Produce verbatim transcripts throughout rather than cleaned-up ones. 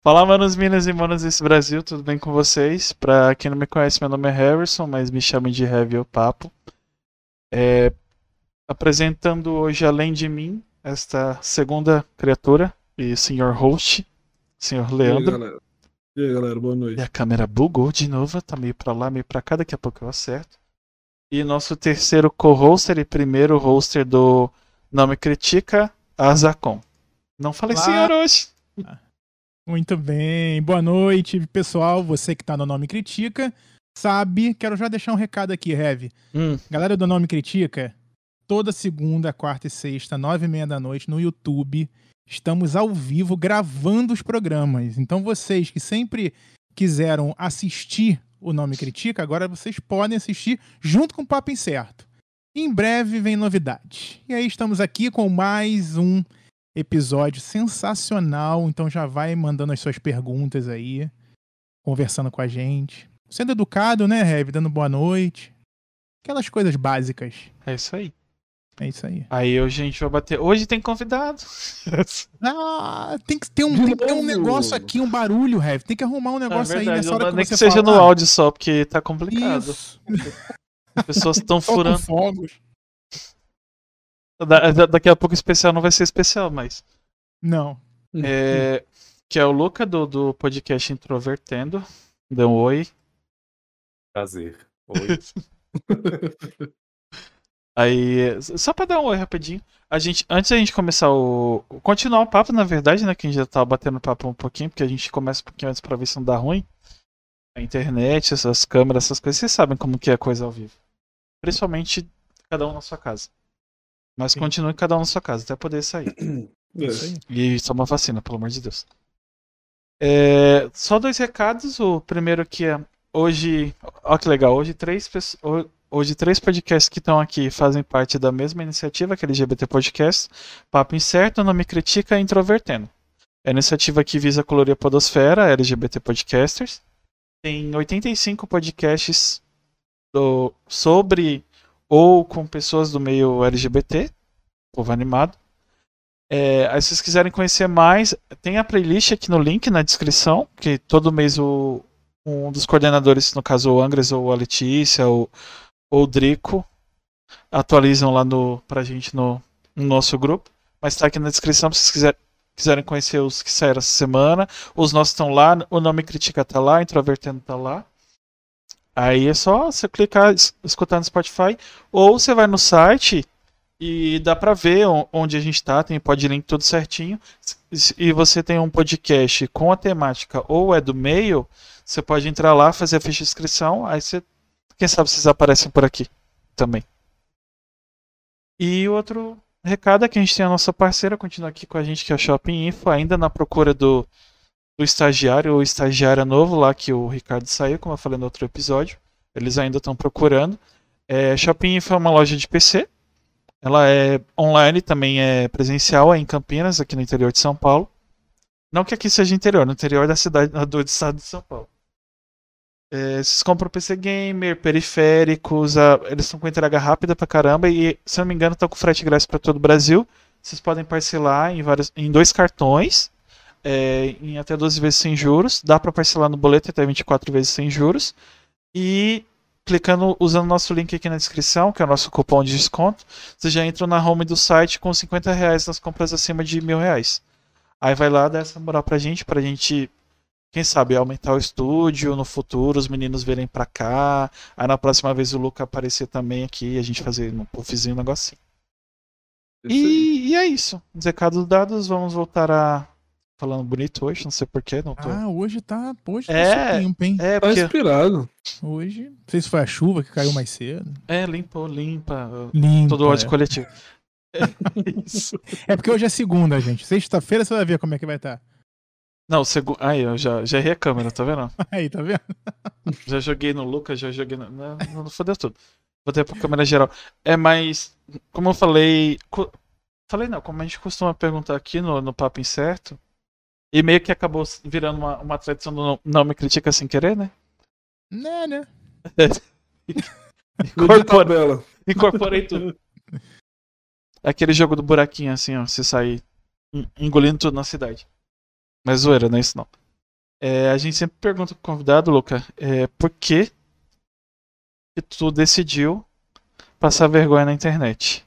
Fala, manos, minas e manos desse Brasil, tudo bem com vocês? Pra quem não me conhece, meu nome é Harrison, mas me chamem de Heavy o Papo. É, apresentando hoje, além de mim, esta segunda criatura e senhor host, senhor E aí, Leandro. galera? E aí, galera, boa E a noite. câmera bugou de novo, tá meio pra lá, meio pra cá, daqui a pouco eu acerto. E nosso terceiro co-hoster e primeiro hoster do Não Me Critica, Azacon. Não falei Olá. senhor hoje. Muito bem, boa noite, pessoal. Você que tá no Nome Critica, sabe, quero já deixar um recado aqui, Heavy. Hum, Galera do Nome Critica, toda segunda, quarta e sexta, nove e meia da noite, no YouTube, estamos ao vivo gravando os programas. Então vocês que sempre quiseram assistir o Nome Critica, agora vocês podem assistir junto com o Papo Incerto. Em breve vem novidade. E aí estamos aqui com mais um episódio sensacional, então já vai mandando as suas perguntas aí, conversando com a gente. Sendo educado, né, Heavy? Dando boa noite. Aquelas coisas básicas. é isso aí. É isso aí. Aí hoje a gente vai bater. Hoje tem convidado. Ah, tem que ter um, De tem que ter um novo. negócio aqui, um barulho, Heavy. Tem que arrumar um negócio aí nessa hora que nem você que seja falar. no áudio só, porque tá complicado. Isso. As pessoas estão Só com furando. fogos. Da- da- daqui a pouco o especial não vai ser especial, mas. Não. É, que é o Luca do, do podcast Introvertendo. Dê um oi. Prazer. Oi. Aí, só pra dar um oi rapidinho. A gente, antes da gente começar o. Continuar o papo, na verdade, né? Que a gente já tava batendo papo um pouquinho, porque a gente começa um pouquinho antes pra ver se não dá ruim. A internet, essas câmeras, essas coisas, vocês sabem como que é a coisa ao vivo. Principalmente cada um na sua casa. Mas Sim. continue cada um na sua casa, até poder sair. Isso aí. E tomar vacina, pelo amor de Deus. É, só dois recados. O primeiro que é hoje. Olha que legal, hoje três pessoas. Hoje, três podcasts que estão aqui fazem parte da mesma iniciativa, que é L G B T Podcast, Papo Incerto, Não Me Critica e Introvertendo. É a iniciativa que visa colorir a podosfera, L G B T Podcasters. Tem oitenta e cinco podcasts do, sobre ou com pessoas do meio L G B T, povo animado. É, aí se vocês quiserem conhecer mais, tem a playlist aqui no link na descrição, que todo mês o, um dos coordenadores, no caso o Angres ou a Letícia ou ou o Drico atualizam lá no, pra gente no, no nosso grupo. Mas tá aqui na descrição se vocês quiser, quiserem conhecer os que saíram essa semana. Os nossos estão lá, o Não Me Critica tá lá, Introvertendo tá lá. Aí é só você clicar, es- escutar no Spotify, ou você vai no site e dá pra ver on- onde a gente tá, tem podlink tudo certinho. S- E você tem um podcast com a temática ou é do meio, você pode entrar lá, fazer a ficha de inscrição, aí você quem sabe vocês aparecem por aqui também. E o outro recado é que a gente tem a nossa parceira, continua aqui com a gente, que é a Shopping Info, ainda na procura do, do estagiário ou estagiária novo lá, que o Ricardo saiu, como eu falei no outro episódio. Eles ainda estão procurando. É, Shopping Info é uma loja de P C. Ela é online, também é presencial, é em Campinas, aqui no interior de São Paulo. Não que aqui seja interior, no interior da cidade, do estado de São Paulo. É, vocês compram P C Gamer, periféricos, a- eles estão com entrega rápida pra caramba e, se eu não me engano, estão com frete grátis pra todo o Brasil. Vocês podem parcelar em, vários, em dois cartões, é, em até doze vezes sem juros. Dá pra parcelar no boleto até vinte e quatro vezes sem juros. E clicando, usando o nosso link aqui na descrição, que é o nosso cupom de desconto, vocês já entram na home do site com cinquenta reais nas compras acima de mil reais. Aí vai lá, dá essa moral pra gente, pra gente quem sabe aumentar o estúdio no futuro, os meninos virem pra cá. Aí na próxima vez o Luca aparecer também aqui e a gente fazer um puffzinho, um negocinho. Isso aí. E, e é isso. Os recados dados, vamos voltar a. Falando bonito hoje, não sei porquê, não tô. Ah, hoje tá. Hoje tá É. supimpa, hein? É, Tá porque. inspirado. Hoje. Não sei se foi a chuva que caiu mais cedo. É, limpa, limpa. Limpa. Todo o ódio é. coletivo. É isso. É porque hoje é segunda, gente. Sexta-feira você vai ver como é que vai estar. Não, segundo. Aí, eu já, já errei a câmera, tá vendo? Aí, tá vendo? Já joguei no Lucas, já joguei no. Não, não fodeu tudo. Botei pra câmera geral. É, mas. Como eu falei. co- Falei não, como a gente costuma perguntar aqui no, no Papo Incerto. E meio que acabou virando uma, uma tradição do não, não me critica sem querer, né? Né, né? No de Incorpora- tabela. Incorporei tudo. É aquele jogo do buraquinho assim, ó. Você sair en- engolindo tudo na cidade. Mas zoeira, não é isso não. É, a gente sempre pergunta pro convidado, Luca, é, por que que tu decidiu passar vergonha na internet?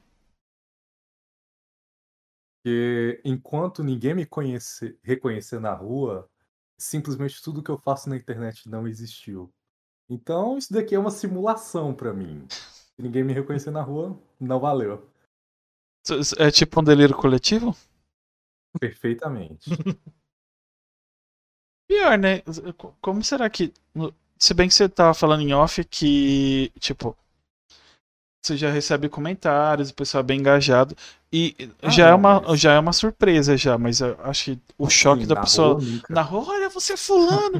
Porque enquanto ninguém me conhece, reconhecer na rua, simplesmente tudo que eu faço na internet não existiu. Então, isso daqui é uma simulação pra mim. Se ninguém me reconhecer na rua, não valeu. É tipo um delírio coletivo? Perfeitamente. Pior, né? Como será que. Se bem que você tava falando em off que, tipo, você já recebe comentários, o pessoal é bem engajado. E Ah, já, é não, uma, mas- já é uma surpresa já, mas eu acho que o choque Sim, da na pessoa rua, nunca. na rua, olha, você é fulano.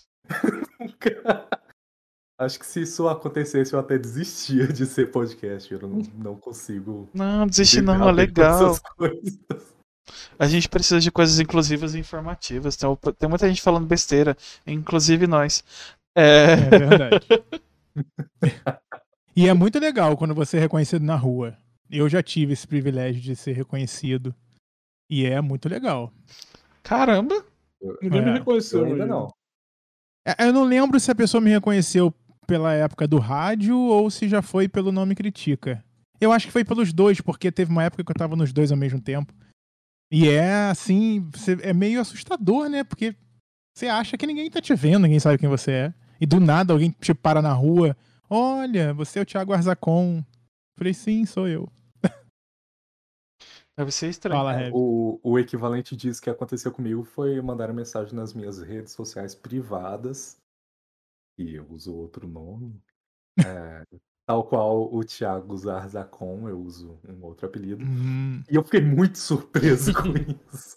Acho que se isso acontecesse, eu até desistia de ser podcast. Eu não, não consigo Não, desiste viver não, é além legal. dessas coisas. A gente precisa de coisas inclusivas e informativas. Então, tem muita gente falando besteira, inclusive nós. É, É verdade. E é muito legal quando você é reconhecido na rua. Eu já tive esse privilégio de ser reconhecido. E é muito legal. Caramba. Ninguém me É. Eu reconheceu ainda ainda. não. É, Eu não lembro se a pessoa me reconheceu pela época do rádio ou se já foi pelo Nome Critica. Eu acho que foi pelos dois, porque teve uma época que eu tava nos dois ao mesmo tempo. E é assim, você- é meio assustador, né? Porque você acha que ninguém tá te vendo, ninguém sabe quem você é. E do nada alguém te para na rua. Olha, você é o Thiago Arzacon. Falei, sim, sou eu. Deve ser estranho. Fala, É, Rev. o, o equivalente disso que aconteceu comigo foi mandar mensagem nas minhas redes sociais privadas, e eu uso outro nome, é, tal qual o Thiago Zarzacon, eu uso um outro apelido, Hum. e eu fiquei muito surpreso com isso.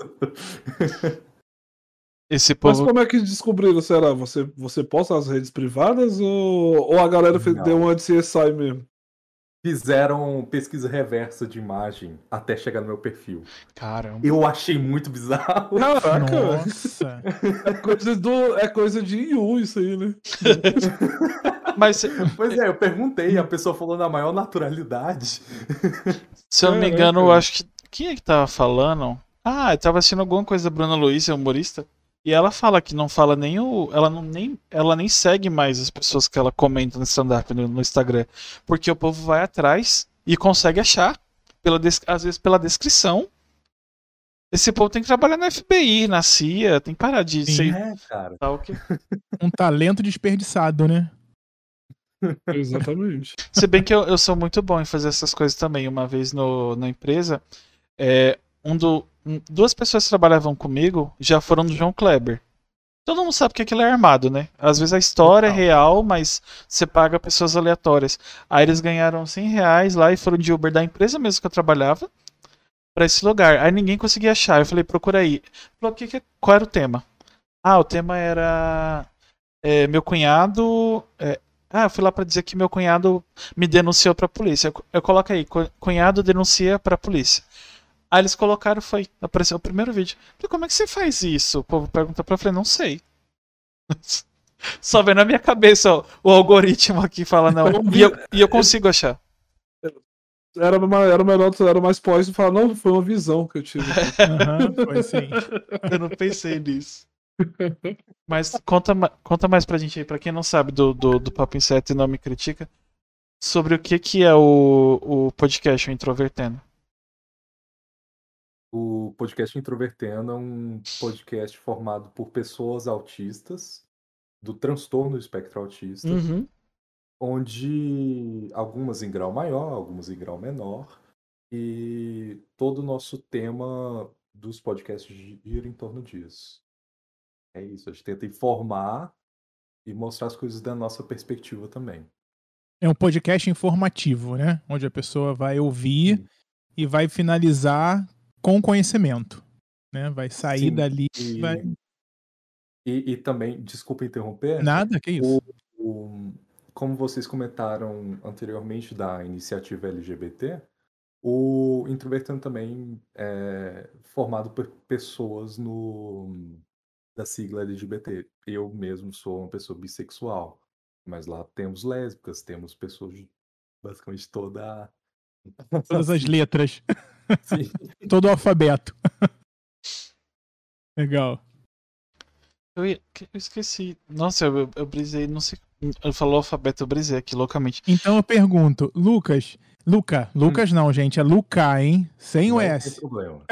Esse Mas povo. como é que descobriram, será? Você, você posta nas redes privadas ou, ou a galera fez- deu Não. uma de C S I mesmo? Fizeram pesquisa reversa de imagem até chegar no meu perfil. Caramba. Eu achei muito bizarro. Caraca, Nossa. é coisa, do, é coisa de I U isso aí, né? Mas, Pois é, eu perguntei, a pessoa falou na maior naturalidade. se eu não me engano, eu Caraca. acho que. Quem é que tava falando? Ah, eu tava assistindo alguma coisa da Bruna Luiz, a humorista. E ela fala que não fala nem o. Ela não nem. Ela nem segue mais as pessoas que ela comenta no stand-up no, no Instagram. Porque o povo vai atrás e consegue achar. Pela des- Às vezes pela descrição. Esse povo tem que trabalhar na F B I, na C I A, tem que parar de Sim. ser É, cara. tal que. Um talento desperdiçado, né? Exatamente. Se bem que eu, eu sou muito bom em fazer essas coisas também. Uma vez no, na empresa, é, um do, um- duas pessoas que trabalhavam comigo já foram do João Kleber. Todo mundo sabe que aquilo é armado, né? Às vezes a história é Total. real, mas você paga pessoas aleatórias. Aí eles ganharam cem reais lá e foram de Uber da empresa mesmo que eu trabalhava pra esse lugar. Aí ninguém conseguia achar. Eu falei, procura aí. Falou, que que é- qual era o tema? Ah, o tema era é, meu cunhado. é, ah, eu fui lá pra dizer que meu cunhado me denunciou pra polícia. Eu, eu coloco aí, cu- cunhado denuncia pra polícia. Aí eles colocaram, foi, apareceu o primeiro vídeo. Eu falei, como é que você faz isso? O povo perguntou pra eu falei, não sei. Só vendo na minha cabeça ó, o algoritmo aqui fala não. Eu E vi- eu, e eu consigo achar. Era, uma- era melhor, era mais pós e falar, não, foi uma visão que eu tive. Aham, foi sim. Eu não pensei nisso. Mas conta, ma- conta mais pra gente aí, pra quem não sabe do, do, do Papo Inseto e não me critica, sobre o que, que é o, o podcast o Introvertendo. O podcast Introvertendo é um podcast formado por pessoas autistas, do transtorno do espectro autista, Uhum. onde algumas em grau maior, algumas em grau menor, e todo o nosso tema dos podcasts gira em torno disso. É isso, a gente tenta informar e mostrar as coisas da nossa perspectiva também. É um podcast informativo, né? Onde a pessoa vai ouvir Sim. e vai finalizar com conhecimento. Né? Vai sair Sim, dali e, vai. e, e também, desculpa interromper, Nada, que isso. o, o- como vocês comentaram anteriormente da iniciativa L G B T, o Introvertendo também é formado por pessoas no, da sigla L G B T. Eu mesmo sou uma pessoa bissexual, mas lá temos lésbicas, temos pessoas de basicamente toda a... Todas as letras. Sim. Todo o alfabeto. Legal. Eu, ia- que- eu esqueci. Nossa, eu, eu, eu brisei, não sei. Eu falou alfabeto, eu brisei aqui loucamente. Então eu pergunto, Lucas, Luca, Hum, Lucas não, gente, é Luca, hein? Sem o não tem S. problema.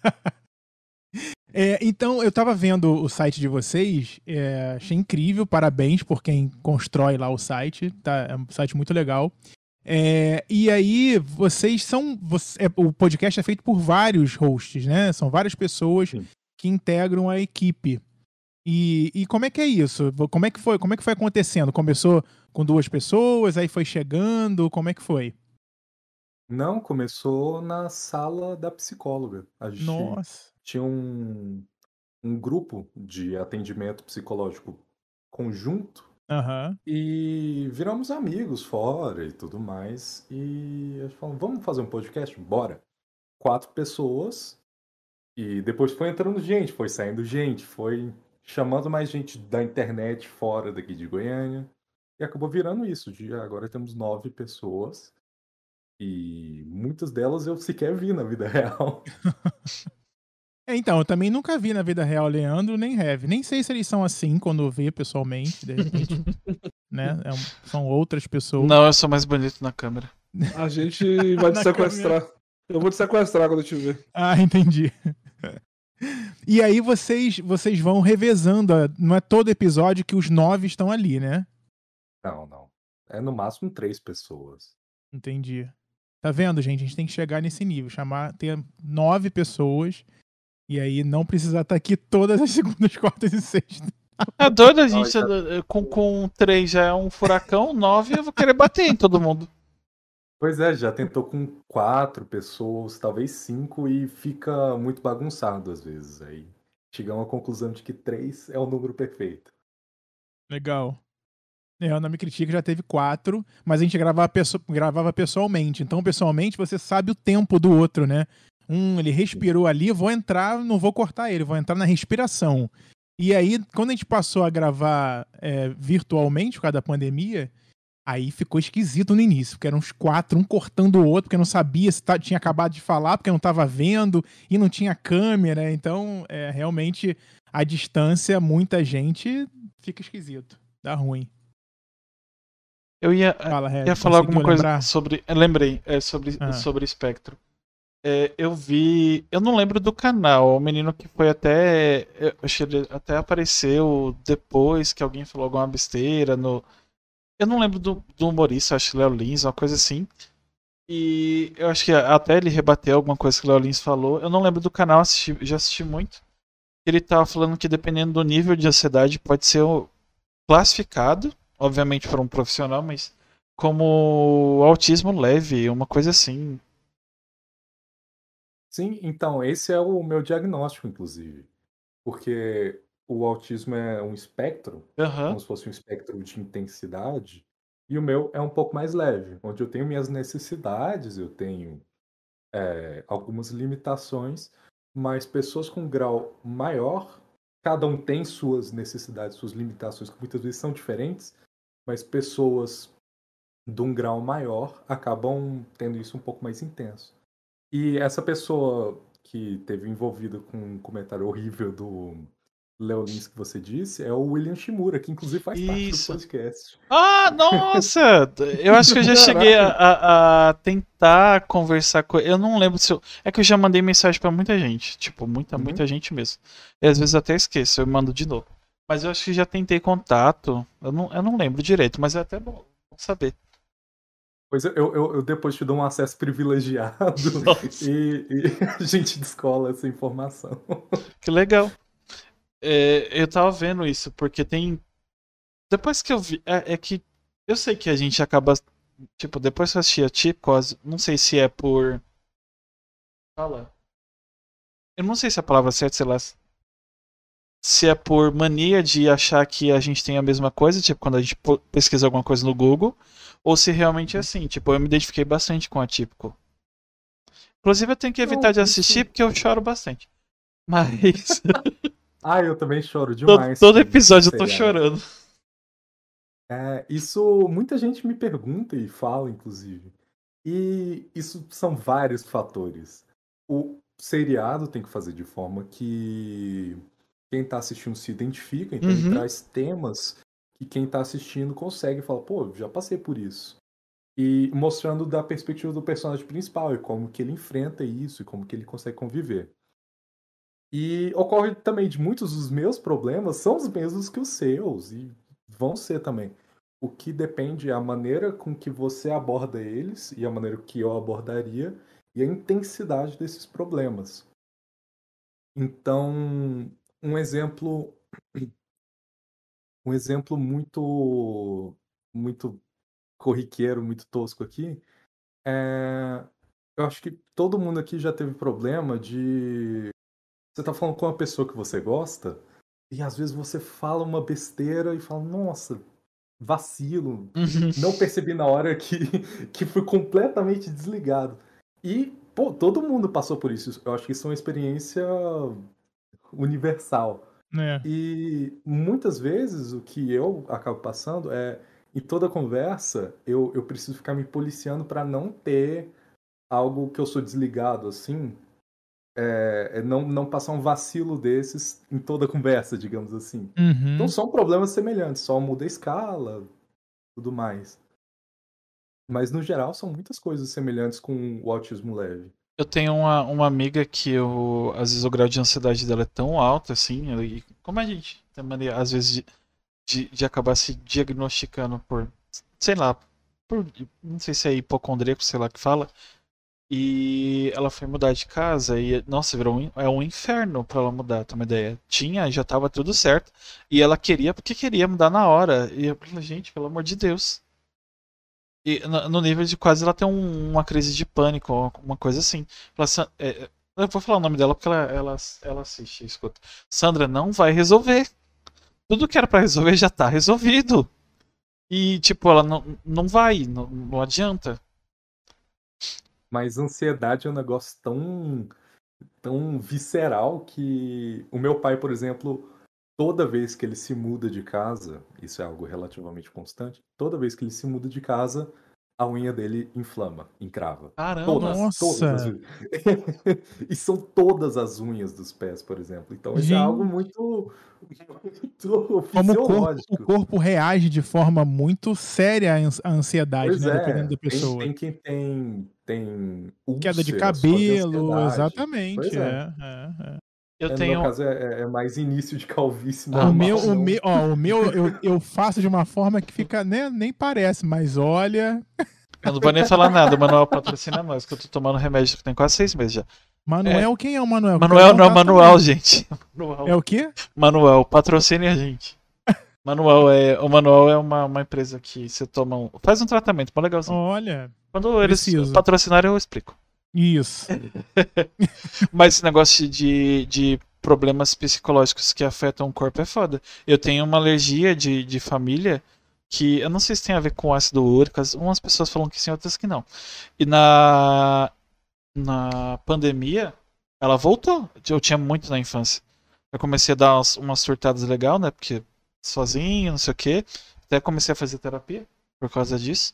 É, então, eu tava vendo o site de vocês, é, achei incrível, parabéns por quem constrói lá o site, tá? É um site muito legal. É, e aí, vocês são. Você- é, o podcast é feito por vários hosts, né? São várias pessoas Sim. que integram a equipe. E, e como é que é isso? Como é que foi? Como é que foi acontecendo? Começou com duas pessoas, aí foi chegando, como é que foi? Não, começou na sala da psicóloga. A gente Nossa. tinha um, um grupo de atendimento psicológico conjunto Aham. e viramos amigos fora e tudo mais. E a gente falou, vamos fazer um podcast? Bora. Quatro pessoas. E depois foi entrando gente, foi saindo gente, foi chamando mais gente da internet fora daqui de Goiânia. E acabou virando isso. De agora temos nove pessoas. E muitas delas eu sequer vi na vida real. É, então, eu também nunca vi na vida real Leandro nem Heavy. Nem sei se eles são assim quando eu ver pessoalmente, de repente, né? É um- são outras pessoas. Não, eu sou mais bonito na câmera. A gente vai te Na sequestrar. Eu vou te sequestrar quando eu te ver. Ah, entendi. E aí vocês, vocês vão revezando. a- Não é todo episódio que os nove estão ali, né? Não, não. É no máximo três pessoas. Entendi. Tá vendo, gente? A gente tem que chegar nesse nível, chamar, ter nove pessoas e aí não precisar estar aqui todas as segundas, quartas e sextas. É doido, a Não, gente. já- eh, Com, com três já é um furacão, nove eu vou querer bater em todo mundo. Pois é, já tentou com quatro pessoas, talvez cinco, e fica muito bagunçado às vezes. Aí chegamos à conclusão de que três é o número perfeito. Legal. É, o Nome Critica já teve quatro, mas a gente gravava, pesso- gravava pessoalmente. Então, pessoalmente, você sabe o tempo do outro, né? Um, ele respirou ali, vou entrar, não vou cortar ele, vou entrar na respiração. E aí, quando a gente passou a gravar é, virtualmente por causa da pandemia, aí ficou esquisito no início, porque eram uns quatro, um cortando o outro, porque não sabia se tá- tinha acabado de falar, porque não tava vendo, e não tinha câmera. Então, é, realmente, a distância, muita gente fica esquisito, dá ruim. Eu ia, Fala, Red, ia falar conseguiu alguma coisa lembrar? sobre. Eu lembrei, é, sobre, Ah. sobre espectro. É, eu vi. Eu não lembro do canal. O menino que foi até. Eu acho que ele até apareceu depois que alguém falou alguma besteira no. Eu não lembro do, do humorista, acho que Léo Lins, uma coisa assim. E eu acho que até ele rebateu alguma coisa que o Léo Lins falou. Eu não lembro do canal, assisti, já assisti muito. Ele tava falando que dependendo do nível de ansiedade pode ser o- classificado, obviamente para um profissional, mas como autismo leve, uma coisa assim. Sim, então, esse é o meu diagnóstico, inclusive. Porque o autismo é um espectro, Aham. como se fosse um espectro de intensidade, e o meu é um pouco mais leve, onde eu tenho minhas necessidades, eu tenho é, algumas limitações, mas pessoas com grau maior, cada um tem suas necessidades, suas limitações, que muitas vezes são diferentes, mas pessoas de um grau maior acabam tendo isso um pouco mais intenso. E essa pessoa que teve envolvida com um comentário horrível do Léo Lins que você disse é o William Shimura, que inclusive faz parte do Isso. podcast. Ah, nossa! Eu acho que eu já Caraca. cheguei a, a- a tentar conversar com ele. Eu não lembro se eu. É que eu já mandei mensagem pra muita gente. Tipo, muita, Uhum. muita gente mesmo. E às vezes eu até esqueço, eu mando de novo. Mas eu acho que já tentei contato. Eu não, eu não lembro direito, mas é até bom saber. Pois eu, eu, eu depois te dou um acesso privilegiado Nossa. e, e a gente descola essa informação. Que legal. É, eu tava vendo isso, porque tem. Depois que eu vi. É, é que. Eu sei que a gente acaba. Tipo, depois que eu assisti a Típico, as- não sei se é por. Fala. Eu não sei se a palavra certa, sei lá. Se é por mania de achar que a gente tem a mesma coisa, tipo, quando a gente po- pesquisa alguma coisa no Google, ou se realmente é assim. Tipo, eu me identifiquei bastante com a Típico. Inclusive, eu tenho que evitar Não, de isso- assistir porque eu choro bastante. Mas. Ah, eu também choro todo, demais. todo com episódio eu tô seriado. chorando. É, isso muita gente me pergunta e fala, inclusive. E isso são vários fatores. O seriado tem que fazer de forma que quem tá assistindo se identifica, então Uhum. ele traz temas que quem tá assistindo consegue falar, pô, já passei por isso. E mostrando da perspectiva do personagem principal e como que ele enfrenta isso e como que ele consegue conviver. E ocorre também de muitos dos meus problemas são os mesmos que os seus e vão ser também. O que depende é a maneira com que você aborda eles e a maneira que eu abordaria e a intensidade desses problemas. Então, um exemplo, um exemplo muito, muito corriqueiro, muito tosco aqui, é, eu acho que todo mundo aqui já teve problema de você tá falando com uma pessoa que você gosta e às vezes você fala uma besteira e fala, nossa, vacilo, Uhum. não percebi na hora que, que fui completamente desligado. E, pô, todo mundo passou por isso. Eu acho que isso é uma experiência universal. É. E muitas vezes o que eu acabo passando é, em toda conversa, eu, eu preciso ficar me policiando para não ter algo que eu sou desligado, assim, é, é não, não passar um vacilo desses em toda conversa, digamos assim. Então Uhum. são problemas semelhantes, só muda a escala, tudo mais. Mas no geral são muitas coisas semelhantes com o autismo leve. Eu tenho uma, uma amiga que eu, às vezes o grau de ansiedade dela é tão alto assim, e como a gente tem mania, às vezes, de, de, de acabar se diagnosticando por, sei lá, por, não sei se é hipocondríaco, sei lá que fala, e ela foi mudar de casa e, nossa, virou um, é um inferno pra ela mudar, tem uma ideia. Tinha, já tava tudo certo, e ela queria porque queria mudar na hora, e eu falei, gente, pelo amor de Deus. E no no nível de quase ela ter um- uma crise de pânico, ou uma coisa assim. Fala, "Sa- é, é, eu vou falar o nome dela porque ela, ela, ela assiste, escuta. Sandra, não vai resolver. Tudo que era pra resolver já tá resolvido. E, tipo, ela não, não vai, não, não adianta. Mas ansiedade é um negócio tão, tão visceral que o meu pai, por exemplo, toda vez que ele se muda de casa, isso é algo relativamente constante, toda vez que ele se muda de casa, a unha dele inflama, encrava. Caramba. Todas, todas as Nossa. vezes. E são todas as unhas dos pés, por exemplo. Então isso é algo Gente, muito, muito como o corpo, o fisiológico. corpo reage de forma muito séria à ans- à ansiedade, Pois né? Dependendo é, da tem, pessoa. tem quem tem, tem Queda de úlcera só de cabelo, ansiedade. exatamente. Pois é. É, é, é. Eu É, no meu tenho. caso é, é- é mais início de calvície O meu, normal, o não. meu, ó, o meu eu, eu faço de uma forma que fica, né, nem parece, mas olha, Eu não vou nem falar nada, o Manuel patrocina nós, que eu tô tomando remédio que tem quase seis meses já. É, Manuel, quem é o Manuel? Que eu quero Manuel não é contato Manuel, também. gente. É Manuel. o quê? Manuel, patrocine a gente. Manuel é, o Manuel é uma, uma empresa que você toma um, faz um tratamento, bom legalzinho. Olha, Quando eles preciso. patrocinarem, eu explico. Isso. Mas esse negócio de, de problemas psicológicos que afetam o corpo é foda. Eu tenho uma alergia de, de família que eu não sei se tem a ver com ácido úrico. as- Umas pessoas falam que sim, outras que não. E na, na pandemia, ela voltou. Eu tinha muito na infância. Eu comecei a dar umas, umas surtadas legal, né? Porque sozinho, não sei o quê. Até comecei a fazer terapia por causa disso.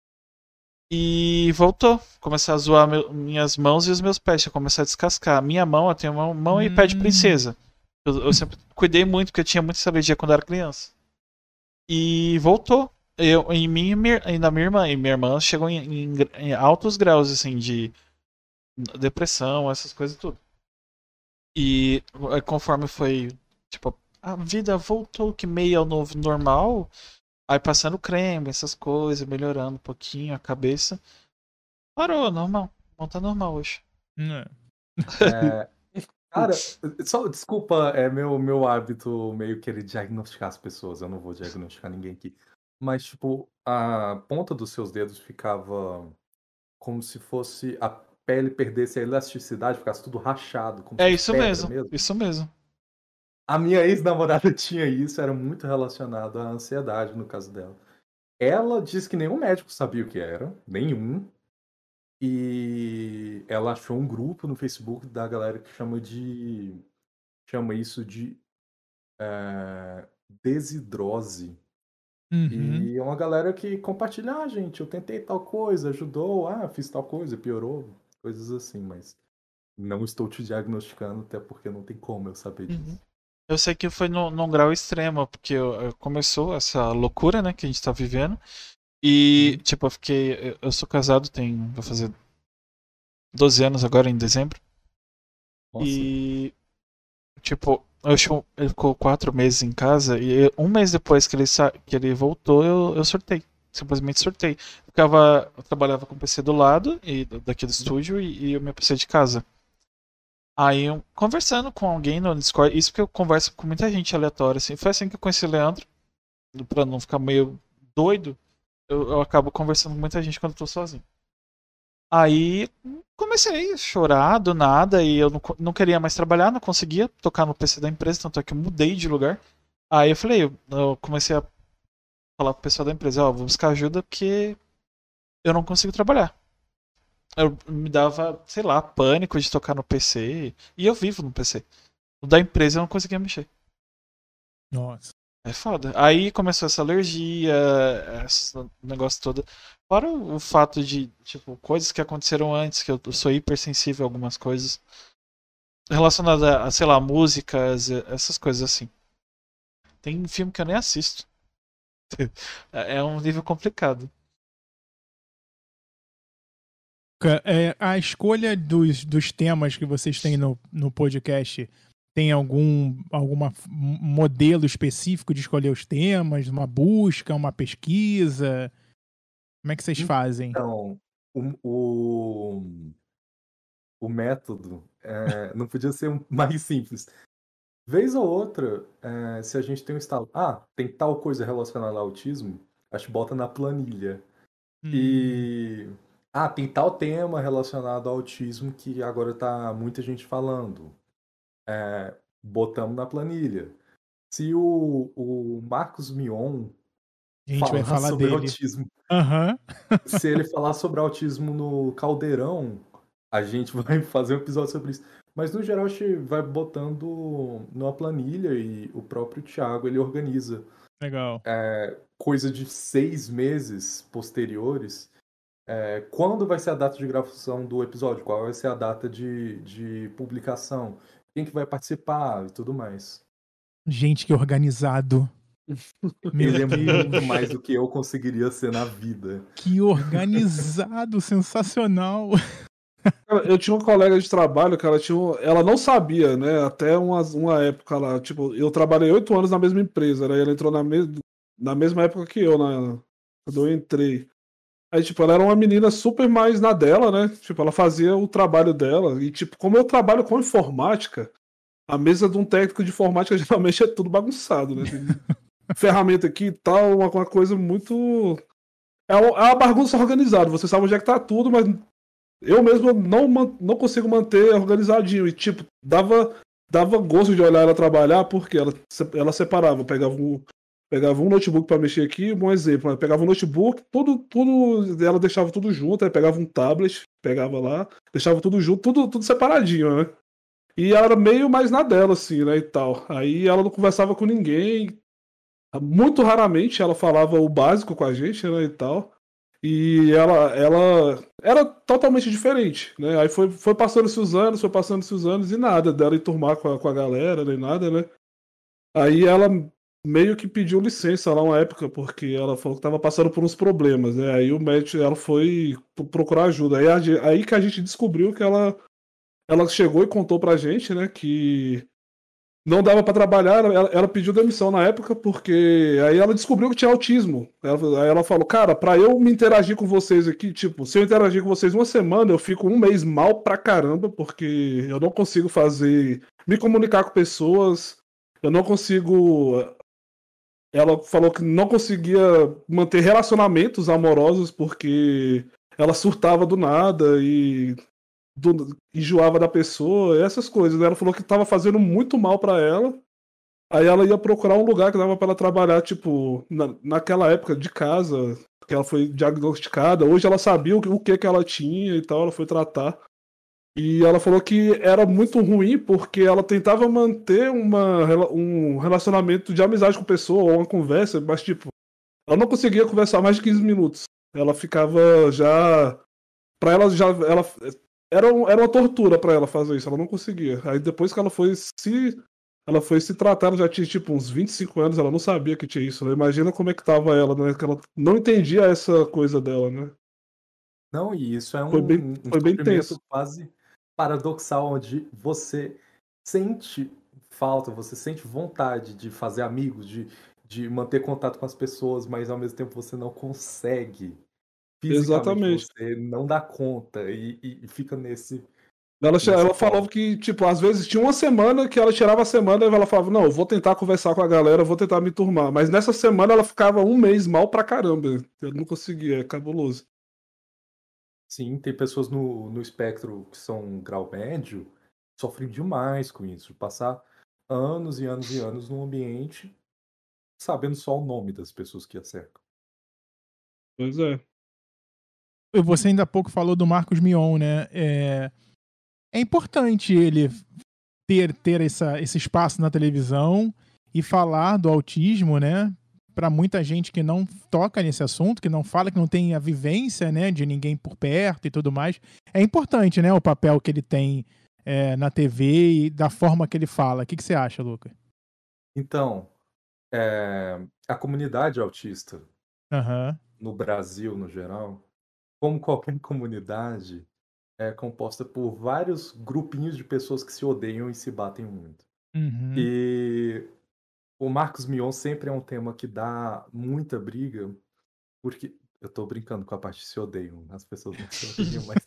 E voltou. Começar a zoar meu- minhas mãos e os meus pés. Começar a descascar. Minha mão, eu tenho uma mão e pé de Hum. princesa. Eu, eu sempre cuidei muito, porque eu tinha muita alergia quando eu era criança. E voltou. Eu, em mim e minha- e na minha irmã. E minha irmã chegou em, em gra- em altos graus, assim, de depressão, essas coisas tudo. E eh, conforme foi, tipo, a vida voltou que meio ao novo normal. Aí passando creme, essas coisas, melhorando um pouquinho a cabeça. Parou, normal. Não tá normal hoje. É. É, cara, só desculpa, é meu, meu hábito meio querer diagnosticar as pessoas. Eu não vou diagnosticar ninguém aqui. Mas, tipo, a ponta dos seus dedos ficava como se fosse a pele perdesse a elasticidade, ficasse tudo rachado, como se É fosse isso pedra mesmo. mesmo. Isso mesmo. A minha ex-namorada tinha isso, era muito relacionado à ansiedade no caso dela. Ela disse que nenhum médico sabia o que era, nenhum. E ela achou um grupo no Facebook da galera que chama de. Chama isso de é, desidrose. Uhum. E é uma galera que compartilha, ah, gente, eu tentei tal coisa, ajudou, ah, fiz tal coisa, piorou, coisas assim, mas não estou te diagnosticando, até porque não tem como eu saber Uhum. disso. Eu sei que foi no, num grau extremo, porque eu- eu- começou essa loucura, né, que a gente tá vivendo. E, Uhum. tipo, eu fiquei. Eu, eu sou casado, tem. Vou fazer doze anos agora em dezembro. Nossa. E, tipo, eu, chu- ele ficou quatro meses em casa. E um mês depois que ele, sa... que ele voltou, eu, eu surtei. Simplesmente surtei. Ficava, eu trabalhava com o P C do lado, e daqui do estúdio, e, e o meu P C de casa. Aí, eu, conversando com alguém no Discord, isso porque eu converso com muita gente aleatória, assim. Foi assim que eu conheci o Leandro, pra não ficar meio doido. Eu, eu acabo conversando com muita gente quando eu tô sozinho. Aí comecei a chorar do nada e eu não, co- não queria mais trabalhar, não conseguia tocar no P C da empresa, tanto é que eu mudei de lugar. Aí eu falei, eu, eu comecei a falar pro pessoal da empresa, ó, vou buscar ajuda porque eu não consigo trabalhar. Eu me dava, sei lá, pânico de tocar no P C e eu vivo no P C. O da empresa eu não conseguia mexer. Nossa. É foda. Aí começou essa alergia, esse negócio todo. Fora o, o fato de, tipo, coisas que aconteceram antes, que eu sou hipersensível a algumas coisas. Relacionadas a, a, sei lá, músicas, e- essas coisas assim. Tem filme que eu nem assisto. É é um nível complicado. Ca- é, a escolha dos, dos temas que vocês têm no, no podcast tem algum alguma f- modelo específico de escolher os temas? Uma busca, uma pesquisa? Como é que vocês fazem? Então, o, o, o método é, não podia ser um- mais simples. Vez ou outra, é, se a gente tem um estalo, ah, tem tal coisa relacionada ao autismo, a gente bota na planilha. Hum, E. Ah, tem tal tema relacionado ao autismo que agora tá muita gente falando. É, botamos na planilha. Se o, o Marcos Mion a gente vai falar falar sobre dele. autismo, Aham. se ele falar sobre autismo no Caldeirão, a gente vai fazer um episódio sobre isso. Mas no geral a gente vai botando numa planilha e o próprio Thiago ele organiza Legal. é, coisa de seis meses posteriores. É, quando vai ser a data de gravação do episódio? Qual vai ser a data de, de publicação? Quem que vai participar e tudo mais. Gente, que organizado. Meu Ele é muito Deus. mais do que eu conseguiria ser na vida. Que organizado, sensacional. Cara, eu tinha uma colega de trabalho, cara, tinha um- ela não sabia, né? Até uma, uma época lá, tipo, eu trabalhei oito anos na mesma empresa, né? Ela entrou na, mes na mesma época que eu, na, quando eu entrei. Aí, tipo, ela era uma menina super mais na dela, né? Tipo, ela fazia o trabalho dela. E, tipo, como eu trabalho com informática, a mesa de um técnico de informática geralmente é tudo bagunçado, né? Tem ferramenta aqui e tal, uma, uma coisa muito. É uma, é uma bagunça organizada. Você sabe onde é que tá tudo, mas eu mesmo não, man- não consigo manter organizadinho. E, tipo, dava, dava gosto de olhar ela trabalhar, porque ela, se- ela separava, pegava um, pegava um notebook para mexer aqui, um exemplo, ela pegava um notebook, tudo, tudo, ela deixava tudo junto, aí pegava um tablet, pegava lá, deixava tudo junto, tudo, tudo separadinho, né? E ela era meio mais na dela, assim, né, e tal. Aí ela não conversava com ninguém, muito raramente ela falava o básico com a gente, né, e tal. E ela, ela era totalmente diferente, né? Aí foi, foi passando-se os anos, foi passando-se os anos e nada dela enturmar com a, com a galera, nem nada, né? Aí ela meio que pediu licença lá uma época, porque ela falou que tava passando por uns problemas, né? Aí o médico, ela foi p- procurar ajuda. Aí, a ge- aí que a gente descobriu que ela, ela chegou e contou pra gente, né, que não dava pra trabalhar, ela, ela pediu demissão na época porque aí ela descobriu que tinha autismo. Ela- aí ela falou, cara, pra eu me interagir com vocês aqui, tipo, se eu interagir com vocês uma semana, eu fico um mês mal pra caramba, porque eu não consigo fazer, me comunicar com pessoas, eu não consigo. Ela falou que não conseguia manter relacionamentos amorosos porque ela surtava do nada e do- enjoava da pessoa, essas coisas. Ela falou que tava fazendo muito mal pra ela. Aí ela ia procurar um lugar que dava pra ela trabalhar, tipo, na, naquela época de casa, que ela foi diagnosticada. Hoje ela sabia o que, o que que ela tinha e tal, ela foi tratar. E ela falou que era muito ruim porque ela tentava manter uma, rela- um relacionamento de amizade com a pessoa, ou uma conversa, mas, tipo, ela não conseguia conversar mais de quinze minutos. Ela ficava já. Pra ela já. Ela, era, um- era uma tortura pra ela fazer isso, ela não conseguia. Aí depois que ela foi se ela foi se tratar, ela já tinha tipo uns vinte e cinco anos, ela não sabia que tinha isso, né? Imagina como é que tava ela, né? Que ela não entendia essa coisa dela, né? Não, e isso é Foi bem, um, um foi bem sofrimento tenso. quase paradoxal, onde você sente falta, você sente vontade de fazer amigos, de, de manter contato com as pessoas, mas ao mesmo tempo você não consegue. Fisicamente Exatamente. você não dá conta e, e- e fica nesse, Ela, che- nesse ela polo. falava que, tipo, às vezes tinha uma semana que ela tirava a semana e ela falava, não, eu vou tentar conversar com a galera, eu vou tentar me turmar. Mas nessa semana ela ficava um mês mal pra caramba. Eu não conseguia, é cabuloso. Sim, tem pessoas no, no espectro que são grau médio, que sofrem demais com isso, de passar anos e anos e anos num ambiente sabendo só o nome das pessoas que a cercam. Pois é. Você ainda há pouco falou do Marcos Mion, né? É, é importante ele ter, ter essa, esse espaço na televisão e falar do autismo, né? Para muita gente que não toca nesse assunto, que não fala, que não tem a vivência, né, de ninguém por perto e tudo mais. É importante, né, o papel que ele tem é, na T V e da forma que ele fala. O que, que você acha, Luca? Então, é, a comunidade autista Aham. no Brasil, no geral, como qualquer comunidade, é composta por vários grupinhos de pessoas que se odeiam e se batem muito. Uhum. E o Marcos Mion sempre é um tema que dá muita briga, porque eu tô brincando com a parte se odeiam, as pessoas não se odeiam, mas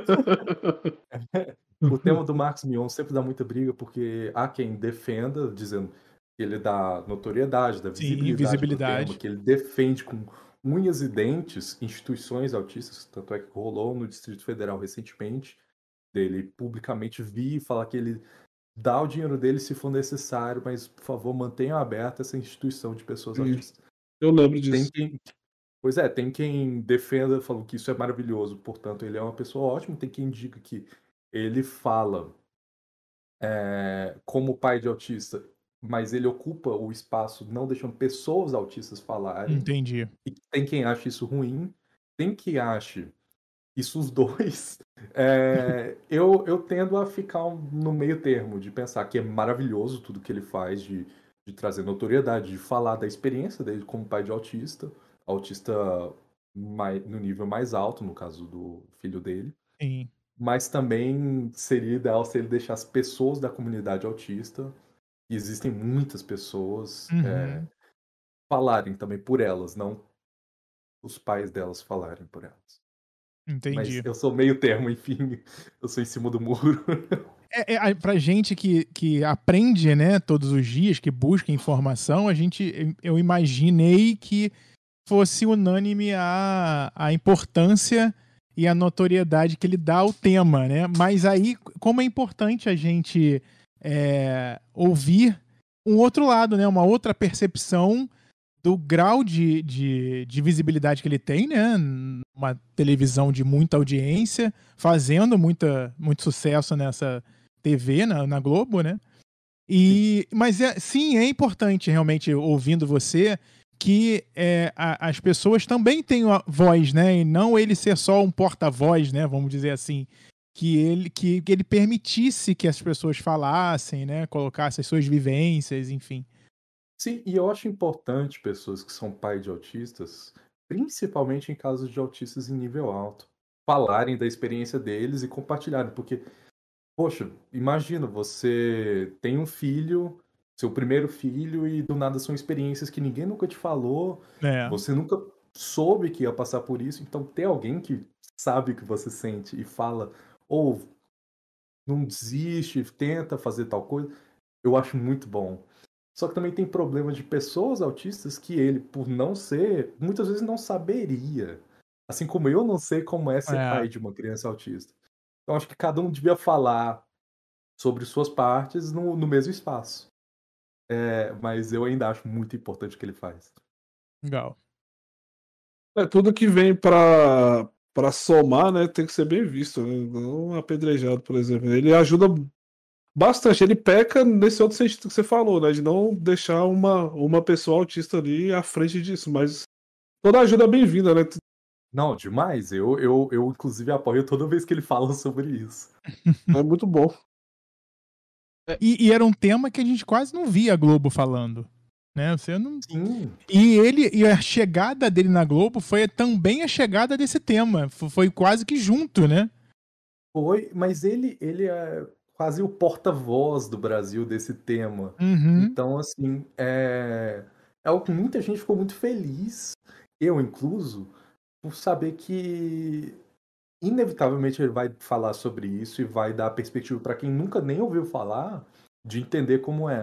o tema do Marcos Mion sempre dá muita briga, porque há quem defenda, dizendo que ele dá notoriedade, dá Sim, visibilidade pro tema, visibilidade. que ele defende com unhas e dentes instituições autistas, tanto é que rolou no Distrito Federal recentemente, dele publicamente vir e falar que ele dá o dinheiro dele se for necessário, mas, por favor, mantenham aberta essa instituição de pessoas Sim, autistas. eu lembro Tem disso. quem, pois é, tem quem defenda, falando que isso é maravilhoso, portanto, ele é uma pessoa ótima, tem quem diga que ele fala é, como pai de autista, mas ele ocupa o espaço não deixando pessoas autistas falarem, Entendi. e tem quem ache isso ruim, tem quem ache isso os dois. É, eu, eu tendo a ficar um- no meio termo, de pensar que é maravilhoso tudo que ele faz, de, de trazer notoriedade, de falar da experiência dele como pai de autista, autista mai- no nível mais alto, no caso do filho dele. Sim. Mas também seria ideal se ele deixasse pessoas da comunidade autista, e existem muitas pessoas, é, Uhum. falarem também por elas, não os pais delas falarem por elas. Mas Entendi. eu sou meio termo, enfim, eu sou em cima do muro. É, é, a- pra gente que, que aprende, né, todos os dias, que busca informação, a gente, eu imaginei que fosse unânime a, a importância e a notoriedade que ele dá ao tema, né? Mas aí, como é importante a gente é, ouvir um outro lado, né? Uma outra percepção do grau de, de, de visibilidade que ele tem, né? Uma televisão de muita audiência, fazendo muita, muito sucesso nessa T V, na, na Globo, né? E, mas é, sim, é importante realmente, ouvindo você, que é, a- as pessoas também tenham a voz, né? E não ele ser só um porta-voz, né? Vamos dizer assim. Que ele, que, que ele permitisse que as pessoas falassem, né? Colocassem as suas vivências, enfim. Sim, e eu acho importante pessoas que são pai de autistas, principalmente em casos de autistas em nível alto, falarem da experiência deles e compartilharem, porque, poxa, imagina, você tem um filho, seu primeiro filho, e do nada são experiências que ninguém nunca te falou, É, você nunca soube que ia passar por isso, então ter alguém que sabe o que você sente e fala, ou não desiste, tenta fazer tal coisa, eu acho muito bom. Só que também tem problema de pessoas autistas que ele, por não ser, muitas vezes não saberia. Assim como eu não sei como é ser é, pai de uma criança autista. Então acho que cada um devia falar sobre suas partes no, no mesmo espaço. É, mas eu ainda acho muito importante o que ele faz. legal. É, tudo que vem pra, pra somar, né, tem que ser bem visto, né? Não apedrejado, por exemplo. Ele ajuda bastante. Ele peca nesse outro sentido que você falou, né? De não deixar uma, uma pessoa autista ali à frente disso. Mas toda ajuda é bem-vinda, né? Não, demais. Eu, eu, eu, inclusive, apoio toda vez que ele fala sobre isso. É muito bom. E, e era um tema que a gente quase não via a Globo falando. Né? Você não... Sim. E ele e a chegada dele na Globo foi também a chegada desse tema. Foi quase que junto, né? Foi, mas ele, ele é quase o porta-voz do Brasil desse tema. Uhum. Então, assim, é, é algo que muita gente ficou muito feliz, eu incluso, por saber que inevitavelmente ele vai falar sobre isso e vai dar perspectiva para quem nunca nem ouviu falar de entender como é.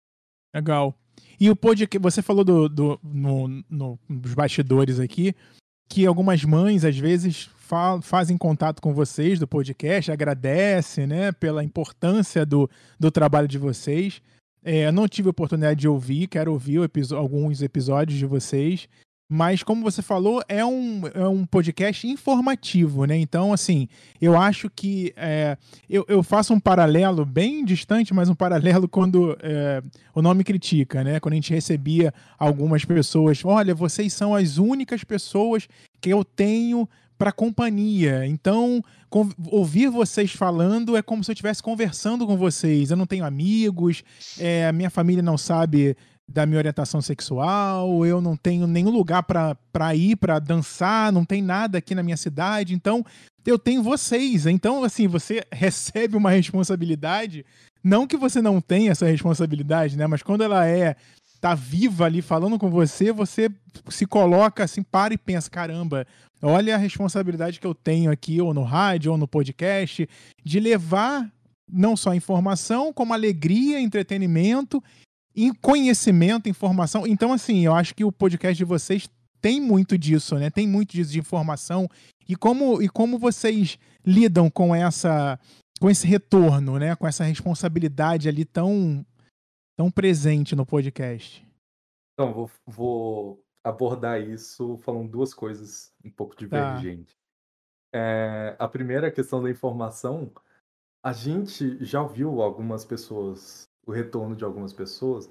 Legal. E o podcast, você falou do, do, no, no, nos bastidores aqui, que algumas mães, às vezes, fa fazem contato com vocês do podcast, agradecem, né, pela importância do, do trabalho de vocês. É, eu não tive a oportunidade de ouvir, quero ouvir episo alguns episódios de vocês, mas como você falou, é um, é um podcast informativo, né? Então, assim, eu acho que é, eu, eu faço um paralelo bem distante, mas um paralelo quando é, o Nome Critica, né? Quando a gente recebia algumas pessoas, olha, vocês são as únicas pessoas que eu tenho para companhia. Então, ouvir vocês falando é como se eu estivesse conversando com vocês. Eu não tenho amigos, é, a minha família não sabe da minha orientação sexual, eu não tenho nenhum lugar para ir, para dançar, não tem nada aqui na minha cidade, então eu tenho vocês. Então, assim, você recebe uma responsabilidade, não que você não tenha essa responsabilidade, né? Mas quando ela é, tá viva ali falando com você, você se coloca assim, para e pensa, caramba, olha a responsabilidade que eu tenho aqui, ou no rádio, ou no podcast, de levar não só informação, como alegria, entretenimento, em conhecimento, informação. Então, assim, eu acho que o podcast de vocês tem muito disso, né? Tem muito disso de informação. E como, e como vocês lidam com essa, com esse retorno, né? Com essa responsabilidade ali tão, tão presente no podcast? Então, vou, vou abordar isso falando duas coisas um pouco divergentes. Tá. É, a primeira, a questão da informação. A gente já ouviu algumas pessoas, o retorno de algumas pessoas,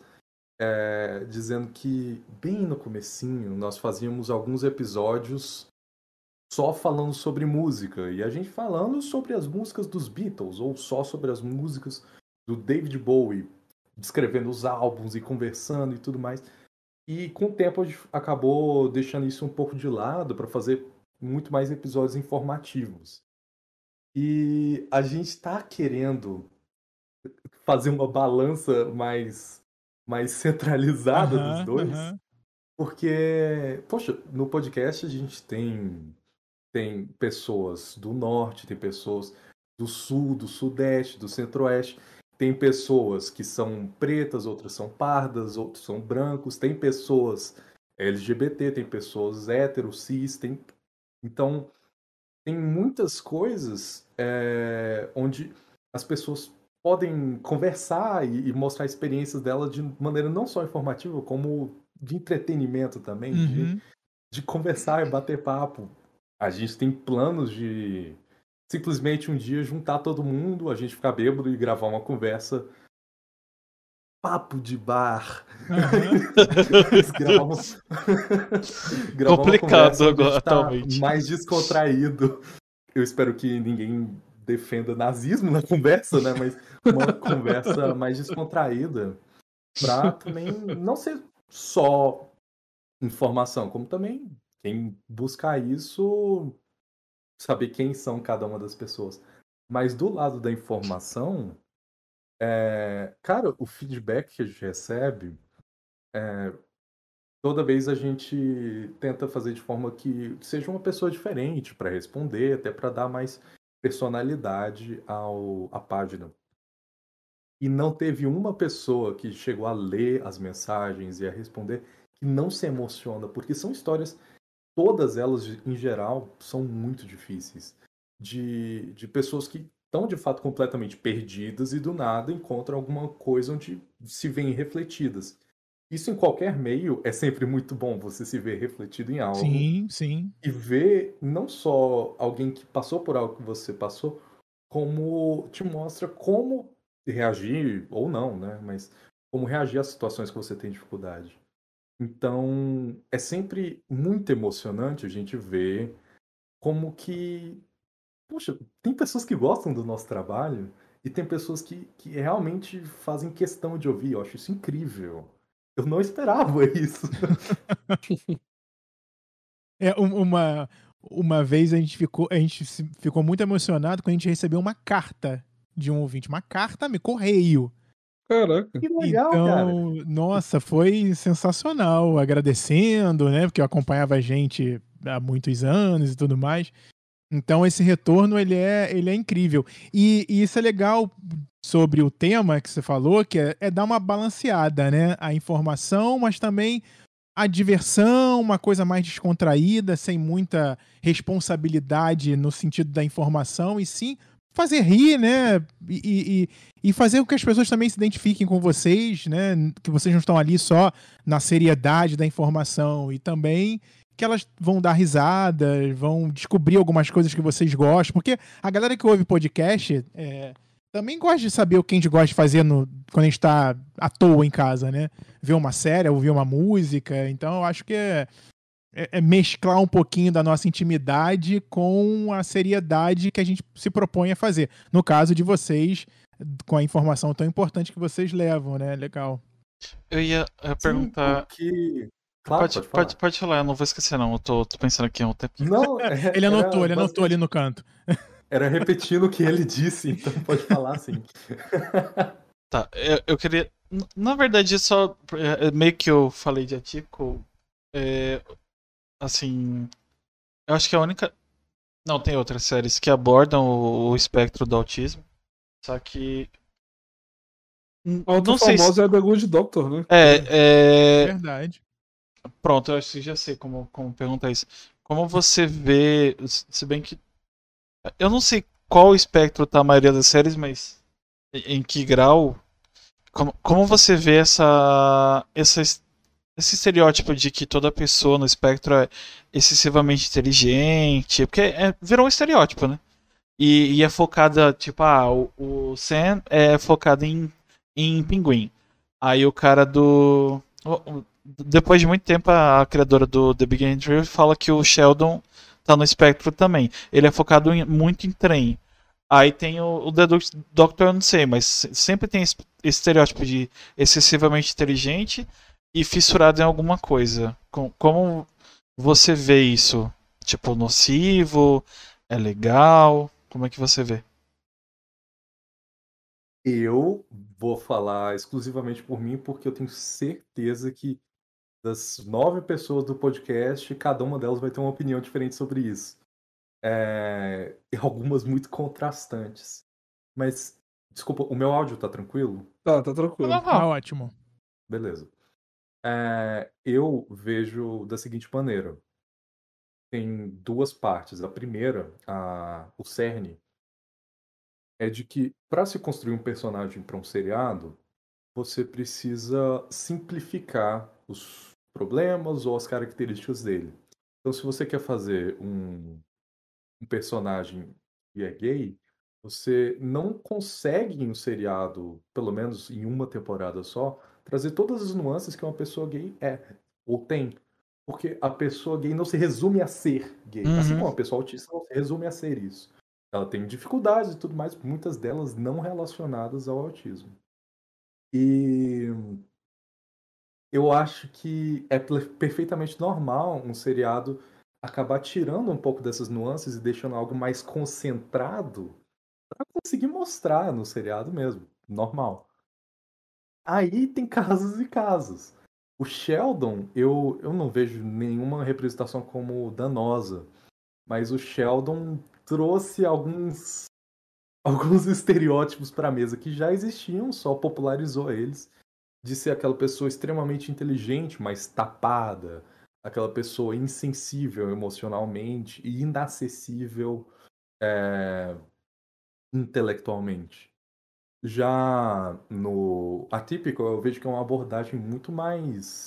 é, dizendo que bem no comecinho nós fazíamos alguns episódios só falando sobre música, e a gente falando sobre as músicas dos Beatles, ou só sobre as músicas do David Bowie, descrevendo os álbuns e conversando e tudo mais. E com o tempo a gente acabou deixando isso um pouco de lado para fazer muito mais episódios informativos. E a gente está querendo fazer uma balança mais, mais centralizada Aham, dos dois, aham. porque, poxa, no podcast a gente tem, tem pessoas do norte, tem pessoas do sul, do sudeste, do centro-oeste, tem pessoas que são pretas, outras são pardas, outros são brancos, tem pessoas L G B T, tem pessoas hétero, cis, tem... Então, tem muitas coisas é, onde as pessoas podem conversar e, e mostrar experiências delas de maneira não só informativa, como de entretenimento também, Uhum. de, de conversar e bater papo. A gente tem planos de simplesmente um dia juntar todo mundo, a gente ficar bêbado e gravar uma conversa. Papo de bar. Uhum. gravar gravar Complicado uma agora, tá atualmente. mais descontraído. Eu espero que ninguém defenda nazismo na conversa, né? Mas uma conversa mais descontraída para também não ser só informação, como também quem buscar isso saber quem são cada uma das pessoas. Mas do lado da informação, é, cara, o feedback que a gente recebe, é, toda vez a gente tenta fazer de forma que seja uma pessoa diferente para responder, até para dar mais personalidade ao, à página. E não teve uma pessoa que chegou a ler as mensagens e a responder que não se emociona, porque são histórias, todas elas em geral, são muito difíceis. De, de pessoas que estão de fato completamente perdidas e do nada encontram alguma coisa onde se veem refletidas. Isso em qualquer meio é sempre muito bom, você se ver refletido em algo. Sim, sim. E ver não só alguém que passou por algo que você passou, como te mostra como reagir, ou não, né? Mas como reagir às situações que você tem dificuldade. Então, é sempre muito emocionante a gente ver como que, poxa, tem pessoas que gostam do nosso trabalho E tem pessoas que, que realmente fazem questão de ouvir. Eu acho isso incrível. Eu não esperava isso. É, um- uma, uma vez a gente, ficou, a gente se- ficou muito emocionado quando a gente recebeu uma carta de um ouvinte. Uma carta, me correio. Caraca. Que legal, cara. Então, nossa, foi sensacional. Agradecendo, né? Porque eu acompanhava a gente há muitos anos e tudo mais. Então, esse retorno, ele é, ele é incrível. E, e isso é legal sobre o tema que você falou, que é, é dar uma balanceada, né? A informação, mas também a diversão, uma coisa mais descontraída, sem muita responsabilidade no sentido da informação, e sim fazer rir, né? E, e, e fazer com que as pessoas também se identifiquem com vocês, né? Que vocês não estão ali só na seriedade da informação, e também que elas vão dar risada, vão descobrir algumas coisas que vocês gostam, porque a galera que ouve podcast é, também gosta de saber o que a gente gosta de fazer no, quando a gente tá à toa em casa, né? Ver uma série, ouvir uma música. Então, eu acho que é, é- é mesclar um pouquinho da nossa intimidade com a seriedade que a gente se propõe a fazer. No caso de vocês, com a informação tão importante que vocês levam, né? Legal. Eu ia, eu ia Sim, perguntar. porque... Claro, Pode, pode pode, falar. pode falar, eu não vou esquecer, não. Eu tô, tô pensando aqui há um tempo. Não, é- Ele anotou, era ele anotou ali no canto. Era repetindo o que ele disse, então pode falar sim. Tá, eu, eu queria. n- Na verdade, só. é, é, Meio que eu falei de Atípico. É, assim. Eu acho que a única. Não, tem outras séries que abordam o, o espectro do autismo. Só que. n- A outra Não sei se. famosa é a The Good Doctor, né? É, é, Verdade. Pronto, eu acho que já sei como, como perguntar isso. Como você vê. Se se bem que. Eu não sei qual o espectro tá a maioria das séries, mas. Em em que grau. Como, como você vê essa, essa, esse estereótipo de que toda pessoa no espectro é excessivamente inteligente? Porque é, virou um estereótipo, né? E, e é focada, tipo, ah, o, o Sam é focado em, em pinguim. Aí o cara do. o- o- Depois de muito tempo, a, a criadora do The Big Bang Theory fala que o Sheldon tá no espectro também. Ele é focado em- muito em trem. Aí tem o, o The Doc- Doctor, eu não sei, mas se- sempre tem esse esse estereótipo de excessivamente inteligente e fissurado em alguma coisa. Com- Como você vê isso? Tipo, nocivo? É legal? Como é que você vê? Eu vou falar exclusivamente por mim, porque eu tenho certeza que das nove pessoas do podcast, cada uma delas vai ter uma opinião diferente sobre isso. É, e algumas muito contrastantes. Mas, desculpa, o meu áudio tá tranquilo? Tá, tá É tranquilo. Tá normal. ótimo. Beleza. É, eu vejo da seguinte maneira. Tem duas partes. A primeira, a, o cerne, é de que para se construir um personagem para um seriado, você precisa simplificar os problemas ou as características dele. Então, se você quer fazer um, um personagem que é gay, você não consegue em um seriado, pelo menos em uma temporada só, trazer todas as nuances que uma pessoa gay é ou tem. Porque a pessoa gay não se resume a ser gay. Assim Uhum. como a pessoa autista não se resume a ser isso. Ela tem dificuldades e tudo mais, muitas delas não relacionadas ao autismo. E eu acho que é ple- perfeitamente normal um seriado acabar tirando um pouco dessas nuances e deixando algo mais concentrado para conseguir mostrar no seriado mesmo. Normal. Aí tem casos e casos. O Sheldon, eu, eu não vejo nenhuma representação como danosa, mas o Sheldon trouxe alguns alguns estereótipos para a mesa que já existiam, só popularizou eles, de ser aquela pessoa extremamente inteligente, mas tapada, aquela pessoa insensível emocionalmente e inacessível é, intelectualmente. Já no Atípico, eu vejo que é uma abordagem muito mais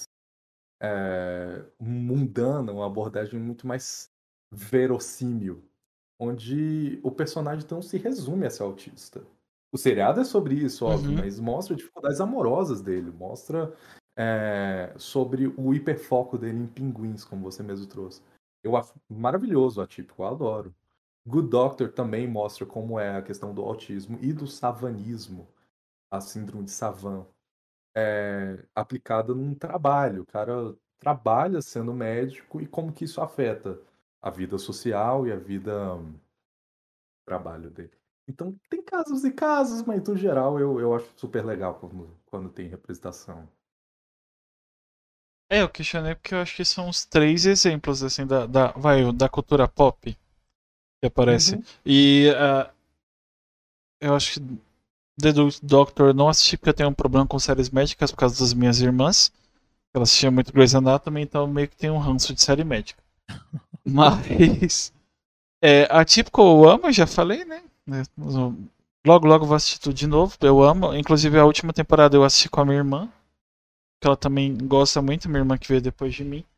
é, mundana, uma abordagem muito mais verossímil, onde o personagem não se resume a ser autista. O seriado é sobre isso, óbvio, Uhum. mas mostra dificuldades amorosas dele, mostra é, sobre o hiperfoco dele em pinguins, como você mesmo trouxe. Eu acho maravilhoso o Atípico, eu adoro. Good Doctor também mostra como é a questão do autismo e do savanismo, a síndrome de Savant, é, aplicada num trabalho. O cara trabalha sendo médico e como que isso afeta a vida social e a vida um, trabalho dele. Então tem casos e casos, mas no geral eu, eu acho super legal quando, quando tem representação. É, eu questionei porque eu acho que são os três exemplos, assim, da, da, vai, da cultura pop que aparece. Uhum. E uh, eu acho que The Doctor eu não assisti porque eu tenho um problema com séries médicas por causa das minhas irmãs. Elas assistiam muito Grey's Anatomy, então meio que tem um ranço de série médica. Mas é, a Típico eu amo, eu já falei, né? Logo, logo vou assistir tudo de novo. Eu amo. Inclusive a última temporada eu assisti com a minha irmã, que ela também gosta muito, minha irmã que veio depois de mim.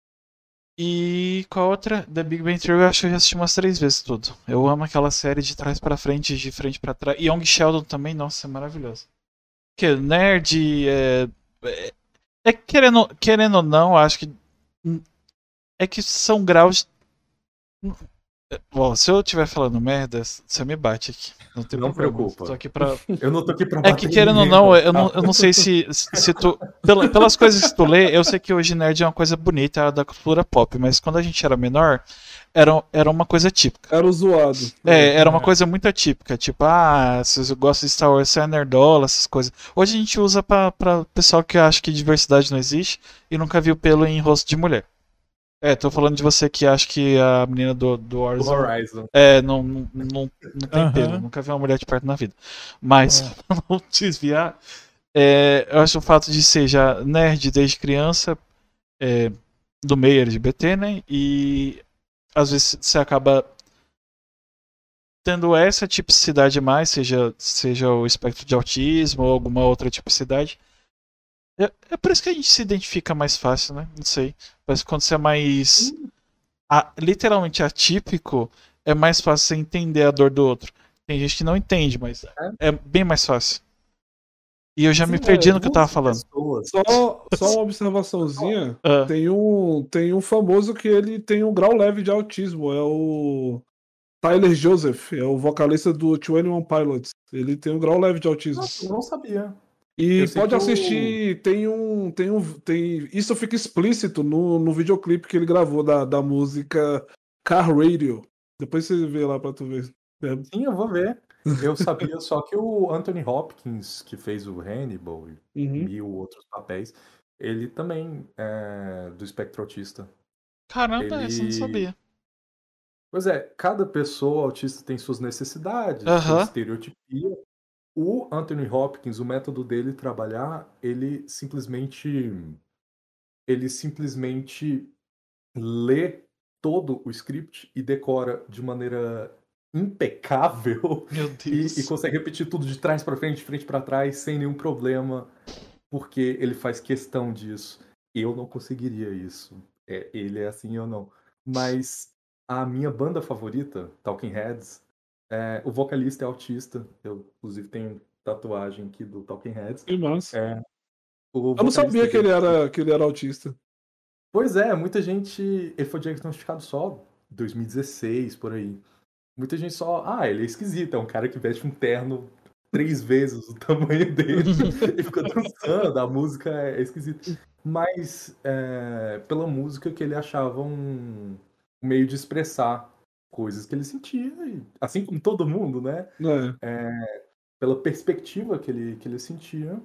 E com a outra, The Big Bang Theory, eu acho que eu já assisti umas três vezes tudo. Eu amo aquela série de trás pra frente, de frente pra trás. E Young Sheldon também, nossa, é maravilhoso. Que nerd, é, é, é querendo, querendo ou não, acho que é que são graus. Bom, se eu estiver falando merda, você me bate aqui. Não tem Não problema. preocupa. Tô aqui pra... Eu não tô aqui pra É bater que querendo ou ninguém, não, tá? eu não, eu não sei se, se tu. Pela, pelas coisas que tu lê, eu sei que hoje nerd é uma coisa bonita, é da cultura pop, mas quando a gente era menor, era, era uma coisa típica. Era o zoado. É, era uma É. coisa muito atípica. Tipo, ah, se você gosta de Star Wars, você é nerdola, essas coisas. Hoje a gente usa pra, pra pessoal que acha que diversidade não existe e nunca viu pelo em rosto de mulher. É, tô falando de você que acha que a menina do, do Do Horizon Horizon. é, não, não, não, não tem Aham. pelo, nunca vi uma mulher de perto na vida. Mas, É. pra não desviar, é, eu acho o fato de ser já nerd desde criança, é, do meio L G B T, né? E às vezes você acaba tendo essa tipicidade mais, seja, seja o espectro de autismo ou alguma outra tipicidade. É, é por isso que a gente se identifica mais fácil, né? Não sei. Parece que quando você é mais a- literalmente atípico, é mais fácil você entender a dor do outro. Tem gente que não entende, mas é bem mais fácil. E eu já me Sim, perdi é, no que eu tava duas falando. pessoas. Só, só uma observaçãozinha. Ah, Tem um, tem um famoso que ele tem um grau leve de autismo. É o Tyler Joseph, é o vocalista do vinte e um Pilots. Ele tem um grau leve de autismo. Nossa, eu não sabia. E Eu sei pode que o- assistir, tem um, tem um, tem, isso fica explícito no, no videoclipe que ele gravou da, da música Car Radio. Depois você vê lá pra tu ver. É, Sim, eu vou ver. Eu sabia só que o Anthony Hopkins, que fez o Hannibal e uhum. mil outros papéis, ele também é do espectro autista. caramba, essa eu não Ele- sabia. Pois é, cada pessoa autista tem suas necessidades, sua Aham. estereotipia. O Anthony Hopkins, o método dele trabalhar, ele simplesmente ele simplesmente lê todo o script e decora de maneira impecável Meu e, Deus. e consegue repetir tudo de trás para frente, de frente para trás, sem nenhum problema, porque ele faz questão disso. Eu não conseguiria isso. É, ele é assim, eu não. Mas a minha banda favorita, Talking Heads, é, o vocalista é autista. Eu, inclusive, tenho tatuagem aqui do Talking Heads. Que massa. É, o Eu não vocalista sabia que ele dele- era, que ele era autista. Pois é, muita gente. Ele foi diagnosticado só em dois mil e dezesseis, por aí. Muita gente só. Ah, ele é esquisito, é um cara que veste um terno três vezes o tamanho dele e fica dançando, a música é esquisita. Mas é, pela música que ele achava um, um meio de expressar coisas que ele sentia, e, assim como todo mundo, né? É. Pela perspectiva que ele, que ele sentia.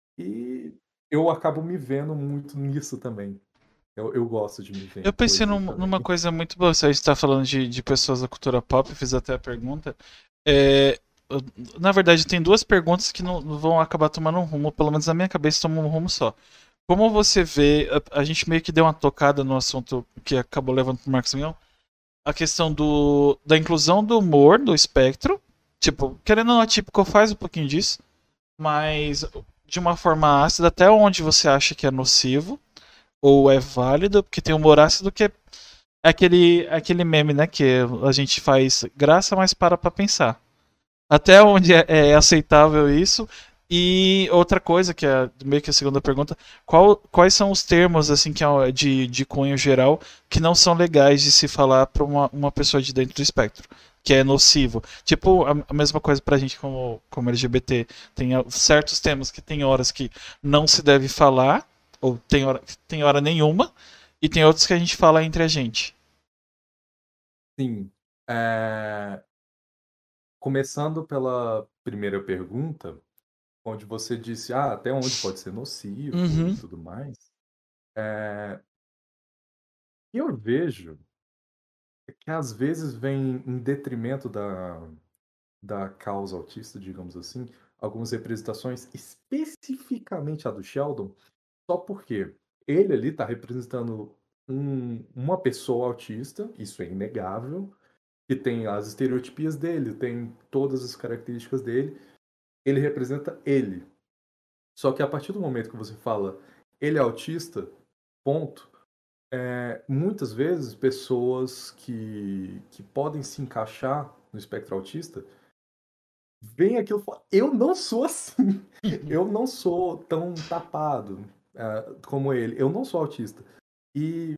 E eu acabo me vendo muito nisso também. Eu, eu gosto de me ver. em Eu pensei coisas num- também. numa coisa muito boa. Se a gente tá falando de, de pessoas da cultura pop, eu fiz até a pergunta. É, eu- na verdade, tem duas perguntas que não não vão acabar tomando um rumo, pelo menos na minha cabeça toma um rumo só. Como você vê, a, a gente meio que deu uma tocada no assunto que acabou levando pro Marcos Mion, a questão do, da inclusão do humor do espectro. Tipo, querendo ou não, a Típico faz um pouquinho disso, mas de uma forma ácida, até onde você acha que é nocivo ou é válido, porque tem humor ácido que é aquele, aquele meme, né, que a gente faz graça, mas para pra pensar. Até onde é, é aceitável isso? E outra coisa, que é meio que a segunda pergunta, qual- quais são os termos assim que é de, de cunho geral que não são legais de se falar para uma, uma pessoa de dentro do espectro? que é nocivo. Tipo, a, a mesma coisa pra gente como, como L G B T. Tem certos temas que tem horas que não se deve falar, ou tem hora, tem hora nenhuma, e tem outros que a gente fala entre a gente. Sim. É... Começando pela primeira pergunta, onde você disse, ah, até onde pode ser nocivo Uhum. e tudo mais. É... Eu vejo que às vezes vem em detrimento da, da causa autista, digamos assim, algumas representações, especificamente a do Sheldon, só porque ele ali está representando um, uma pessoa autista, isso é inegável, que tem as estereotipias dele, tem todas as características dele, ele representa ele. Só que a partir do momento que você fala ele é autista, ponto, é, muitas vezes pessoas que, que podem se encaixar no espectro autista veem aquilo e falam, eu não sou assim, eu não sou tão tapado uh, como ele, eu não sou autista. E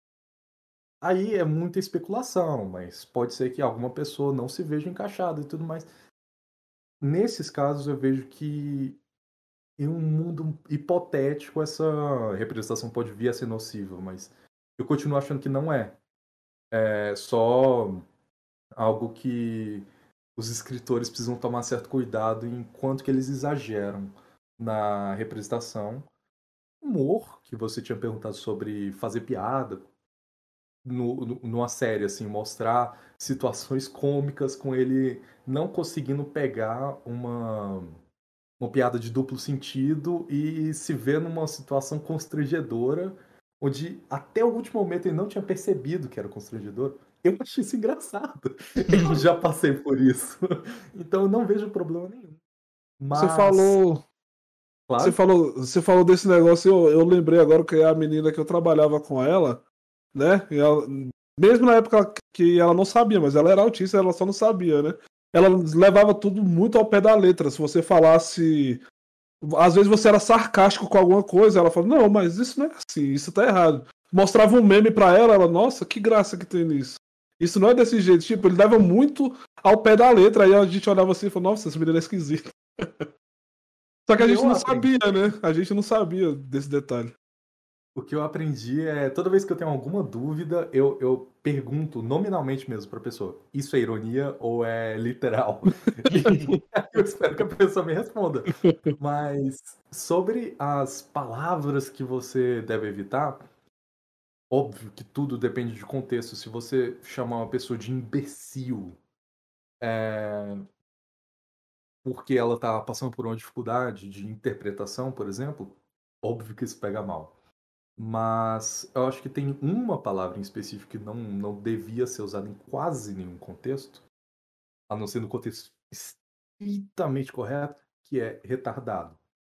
aí é muita especulação, mas pode ser que alguma pessoa não se veja encaixada e tudo mais. Nesses casos eu vejo que em um mundo hipotético essa representação pode vir a ser nociva, mas eu continuo achando que não é. É só algo que os escritores precisam tomar certo cuidado em quanto que eles exageram na representação. Humor, que você tinha perguntado sobre fazer piada no, no, numa série, assim, mostrar situações cômicas com ele não conseguindo pegar uma, uma piada de duplo sentido e se ver numa situação constrangedora, onde até o último momento ele não tinha percebido que era constrangedor. Eu achei isso engraçado. Eu já passei por isso. Então eu não vejo problema nenhum. Mas... Você falou. Claro. Você falou, você falou desse negócio, eu, eu lembrei agora que a menina que eu trabalhava com ela, né? E ela, mesmo na época que ela não sabia, mas ela era autista, ela só não sabia, né? Ela levava tudo muito ao pé da letra. Se você falasse. Às vezes você era sarcástico com alguma coisa, ela falava, não, mas isso não é assim, isso tá errado. Mostrava um meme pra ela, ela, nossa, que graça que tem nisso. Isso não é desse jeito, tipo, ele leva muito ao pé da letra, aí a gente olhava assim e falava, nossa, esse menino é esquisito. Só que a gente Eu não aprendi. sabia, né? A gente não sabia desse detalhe. O que eu aprendi é, toda vez que eu tenho alguma dúvida, eu, eu pergunto nominalmente mesmo pra pessoa, isso é ironia ou é literal? E eu espero que a pessoa me responda. Mas sobre as palavras que você deve evitar, óbvio que tudo depende de contexto. Se você chamar uma pessoa de imbecil, é, porque ela tá passando por uma dificuldade de interpretação, por exemplo, óbvio que isso pega mal. Mas eu acho que tem uma palavra em específico que não, não devia ser usada em quase nenhum contexto, a não ser no contexto estritamente correto, que é retardado.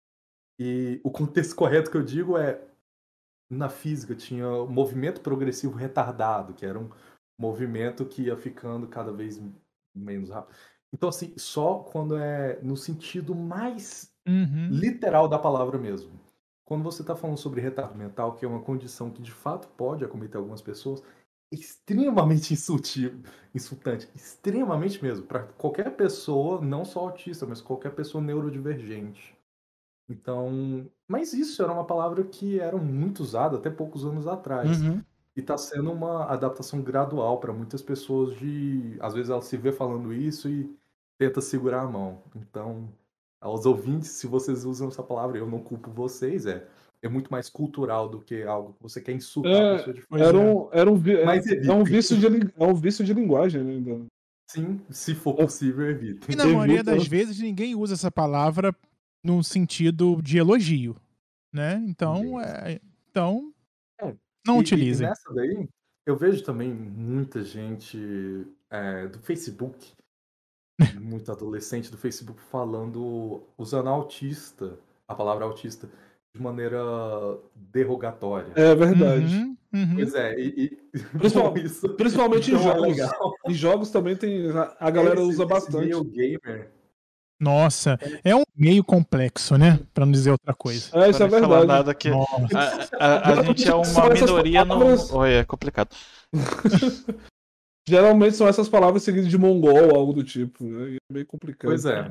E o contexto correto que eu digo é, na física tinha o movimento progressivo retardado, que era um movimento que ia ficando cada vez menos rápido. Então, assim, só quando é no sentido mais Uhum. literal da palavra mesmo. Quando você está falando sobre retardo mental, que é uma condição que de fato pode acometer algumas pessoas, é extremamente insultivo, insultante, extremamente mesmo, para qualquer pessoa, não só autista, mas qualquer pessoa neurodivergente. Então, mas isso era uma palavra que era muito usada até poucos anos atrás. Uhum. E está sendo uma adaptação gradual para muitas pessoas de... Às vezes ela se vê falando isso e tenta segurar a mão. Então, aos ouvintes, se vocês usam essa palavra, eu não culpo vocês, é, é muito mais cultural do que algo que você quer insultar a É, pessoa de Pois era é. um, era um, vi- Mas é, é um vício de, lin- é um vício de linguagem, né? ainda. Sim, se for possível, evitem. E na maioria Evita- das vezes ninguém usa essa palavra num sentido de elogio, né? Então, Ninguém. é, então É. não E- utilizem. E nessa daí, eu vejo também muita gente é, do Facebook, muito adolescente do Facebook falando, usando autista, a palavra autista, de maneira derrogatória. É verdade. Uhum, uhum. Pois é, e, e Principal- bom, isso Principalmente em não é jogos. legal. Em jogos também tem. A, a galera Esse- usa esse bastante. meio gamer, Nossa, é um meio complexo, né? Pra não dizer outra coisa. É, isso é Para nem falar verdade. nada que Nossa. a, a- a gente é uma Só essas minoria no. palavras- Oi, é complicado. Geralmente são essas palavras seguidas de mongol ou algo do tipo. Né? É meio complicado. Pois é.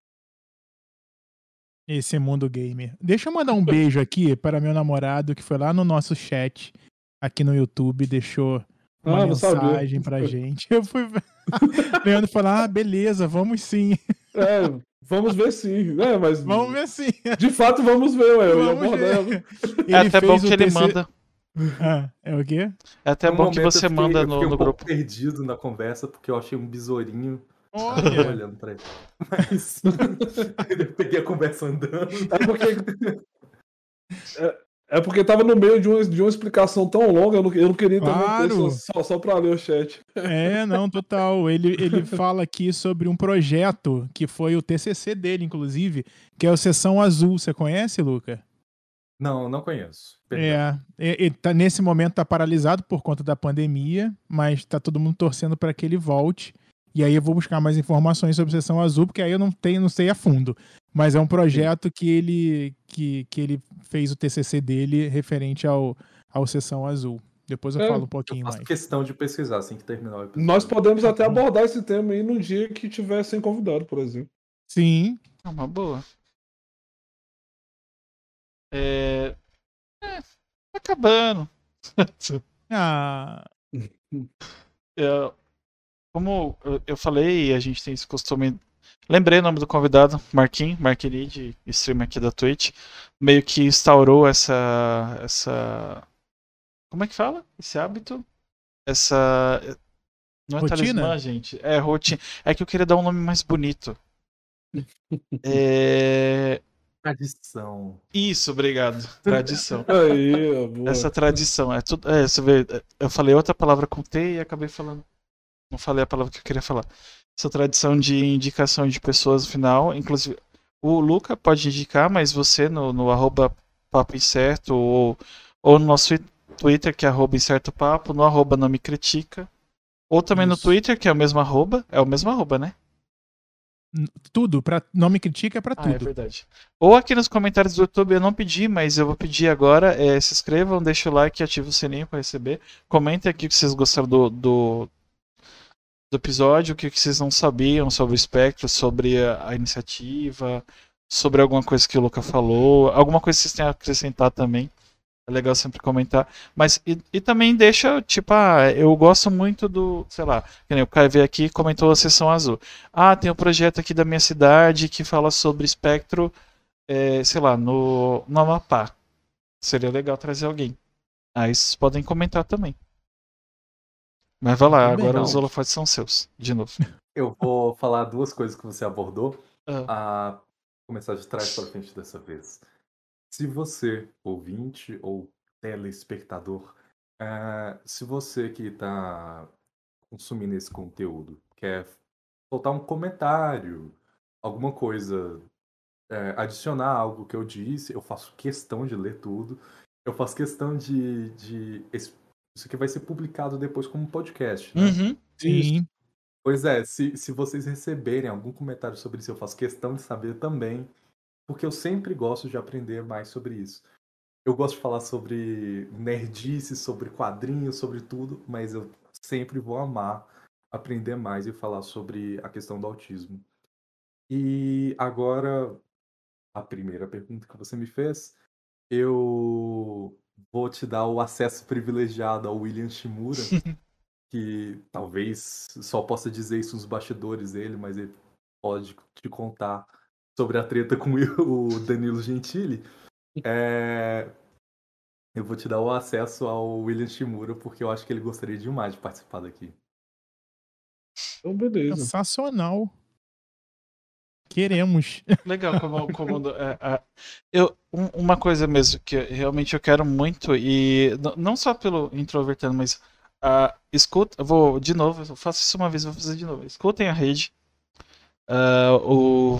Esse mundo gamer. Deixa eu mandar um beijo aqui para meu namorado que foi lá no nosso chat, aqui no YouTube, deixou uma Ah, não mensagem sabia. pra gente. Eu fui. Leandro falou: ah, beleza, vamos sim. É, vamos ver sim. Né? Mas, Vamos ver sim. de fato, vamos ver, ué. Eu ia Vamos abordar. ver. É até bom fez que o ele T C manda. Ah, é o quê? É até No bom que momento você eu fiquei, manda eu no, fiquei um no pouco grupo. perdido na conversa, porque eu achei um besourinho Olha. olhando pra ele. Mas eu peguei a conversa andando. É porque. É, é porque tava no meio de uma, de uma explicação tão longa, eu não, eu não queria interromper Claro. só, só, só pra ler o chat. É, não, total. Ele, ele fala aqui sobre um projeto que foi o T C C dele, inclusive, que é o Sessão Azul. Você conhece, Luca? Não, não conheço. Perdão. É, e, e tá, nesse momento tá paralisado por conta da pandemia, mas tá todo mundo torcendo para que ele volte. E aí eu vou buscar mais informações sobre Sessão Azul, porque aí eu não tenho, não sei a fundo. Mas é um projeto que ele, que, que ele fez o T C C dele referente ao, ao Sessão Azul. Depois eu É, falo um Eu pouquinho faço mais. questão de pesquisar assim que terminar o episódio. Nós podemos até abordar esse tema aí num dia que tiver sem convidado, por exemplo. Sim. É uma boa. É. É, tá acabando. Ah, É, como eu- eu falei, a gente tem esse costume. Lembrei o nome do convidado, Marquinhos, Marquinhos, de stream aqui da Twitch. Meio que instaurou essa. essa. Como é que fala? Esse hábito? Essa. Não é Rotina? talismã, gente. É rotina. É que eu queria dar um nome mais bonito. É. Tradição. Isso, obrigado. Tradição. Aí, ó, boa. Essa tradição. É tudo. É, você vê, eu falei outra palavra com T e acabei falando. Não falei a palavra que eu queria falar. Essa tradição de indicação de pessoas no final. Inclusive, o Luca pode indicar, mas você no, no arroba papo incerto ou, ou no nosso Twitter, que é arroba incerto papo, no arroba não me critica. Ou também no Isso. Twitter, que é o mesmo arroba. É o mesmo arroba, né? n- tudo. Pra, não me critica é pra Ah, é tudo. verdade. Ou aqui nos comentários do YouTube, eu não pedi, mas eu vou pedir agora. É, se inscrevam, deixa o like e ativa o sininho para receber. Comentem aqui o que vocês gostaram do, do, do episódio, o que que vocês não sabiam sobre o Espectro, sobre a, a iniciativa, sobre alguma coisa que o Luca falou, alguma coisa que vocês têm a acrescentar também. É legal sempre comentar. Mas e, e também deixa, tipo, ah, eu gosto muito do, sei lá, que nem o Caio veio aqui e comentou a Sessão Azul. Ah, tem um projeto aqui da minha cidade que fala sobre espectro, é, sei lá, no, no Amapá. Seria legal trazer alguém. Aí vocês podem comentar também. Mas vai lá, Muito bem. agora Então, os holofotes são seus, de novo. eu vou falar duas coisas que você abordou. Ah, A começar de trás para frente dessa vez. Se você, ouvinte ou telespectador, eh, se você que está consumindo esse conteúdo quer soltar um comentário, alguma coisa, eh, adicionar algo que eu disse, eu faço questão de ler tudo. Eu faço questão de, de esse- isso aqui vai ser publicado depois como podcast, né? uhum. Sim. Pois é, se, se vocês receberem algum comentário sobre isso, eu faço questão de saber também, porque eu sempre gosto de aprender mais sobre isso. Eu gosto de falar sobre nerdice, sobre quadrinhos, sobre tudo, mas eu sempre vou amar aprender mais e falar sobre a questão do autismo. E agora, a primeira pergunta que você me fez, eu vou te dar o acesso privilegiado ao William Shimura, que talvez só possa dizer isso nos bastidores dele, mas ele pode te contar sobre a treta com o Danilo Gentili. É, eu vou te dar o acesso ao William Shimura, porque eu acho que ele gostaria demais de participar daqui. Então, beleza. Sensacional. Queremos. Legal, como, como é, é, eu, um- uma coisa mesmo que eu- realmente eu quero muito, e n- não só pelo introvertendo, mas ah, escuta, eu vou de novo, eu faço isso uma vez, vou fazer de novo. Escutem a rede, ah, o,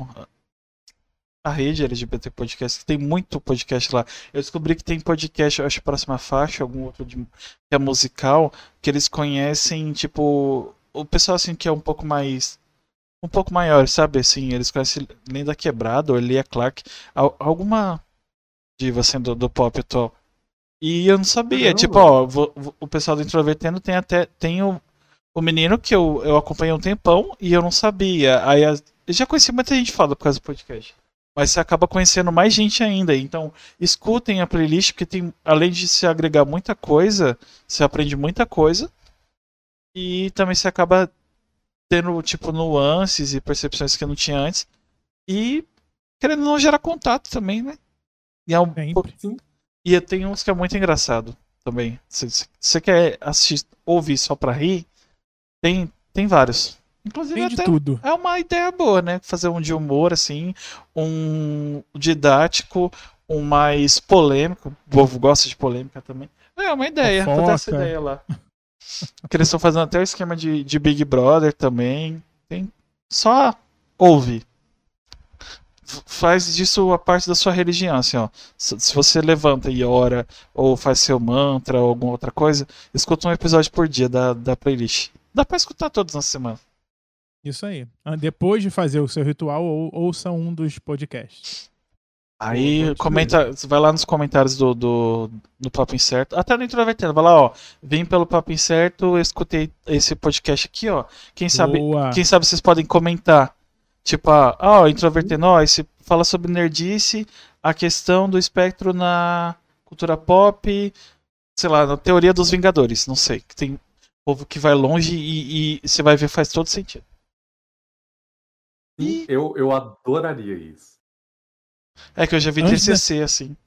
a rede L G B T Podcast, que tem muito podcast lá. Eu descobri que tem podcast, eu acho, Próxima Faixa, algum outro de, que é musical, que eles conhecem, tipo, o pessoal assim que é um pouco mais um pouco maior, sabe? Assim, eles conhecem Linda Quebrada ou Elia Clark, al- alguma diva assim do, do pop atual. E eu não sabia, Caramba. tipo, ó, vo- vo- o pessoal do Introvertendo tem até tem o, o menino que eu, eu acompanhei um tempão e eu não sabia. Aí eu já conheci muita gente foda por causa do podcast. Mas você acaba conhecendo mais gente ainda. Então, escutem a playlist, porque tem, além de se agregar muita coisa, você aprende muita coisa. E também você acaba tendo, tipo, nuances e percepções que eu não tinha antes. E, querendo ou não, gera contato também, né? E, é um, Sim. e tem uns que é muito engraçado também. Se você quer assistir, ouvir só pra rir, tem, tem vários. Inclusive, Tem de até tudo. é uma ideia boa, né? Fazer um de humor, assim, um didático, um mais polêmico. O povo gosta de polêmica também. É uma ideia, vou dar essa Fofoca. ideia lá. Que eles estão fazendo até o esquema de, de Big Brother também. Tem... Só ouve. Faz disso a parte da sua religião, assim, ó. Se se você levanta e ora, ou faz seu mantra, ou alguma outra coisa, escuta um episódio por dia da, da playlist. Dá pra escutar todos na semana. Isso aí. Ah, Depois de fazer o seu ritual, ou- ouça um dos podcasts. Aí Boa, pode comenta, você vai lá nos comentários do, do, do Papo Incerto, até no Introvertendo, vai lá, ó. Vim pelo Papo Incerto, eu escutei esse podcast aqui, ó. Quem sabe, Boa. quem sabe vocês podem comentar. Tipo, ah, ó, Introvertendo, ó, esse fala sobre nerdice, a questão do espectro na cultura pop, sei lá, na teoria dos Vingadores, não sei. Tem povo que vai longe e, e você vai ver faz todo sentido. Sim, eu, eu adoraria isso. É que eu já vi Antes T C C, assim.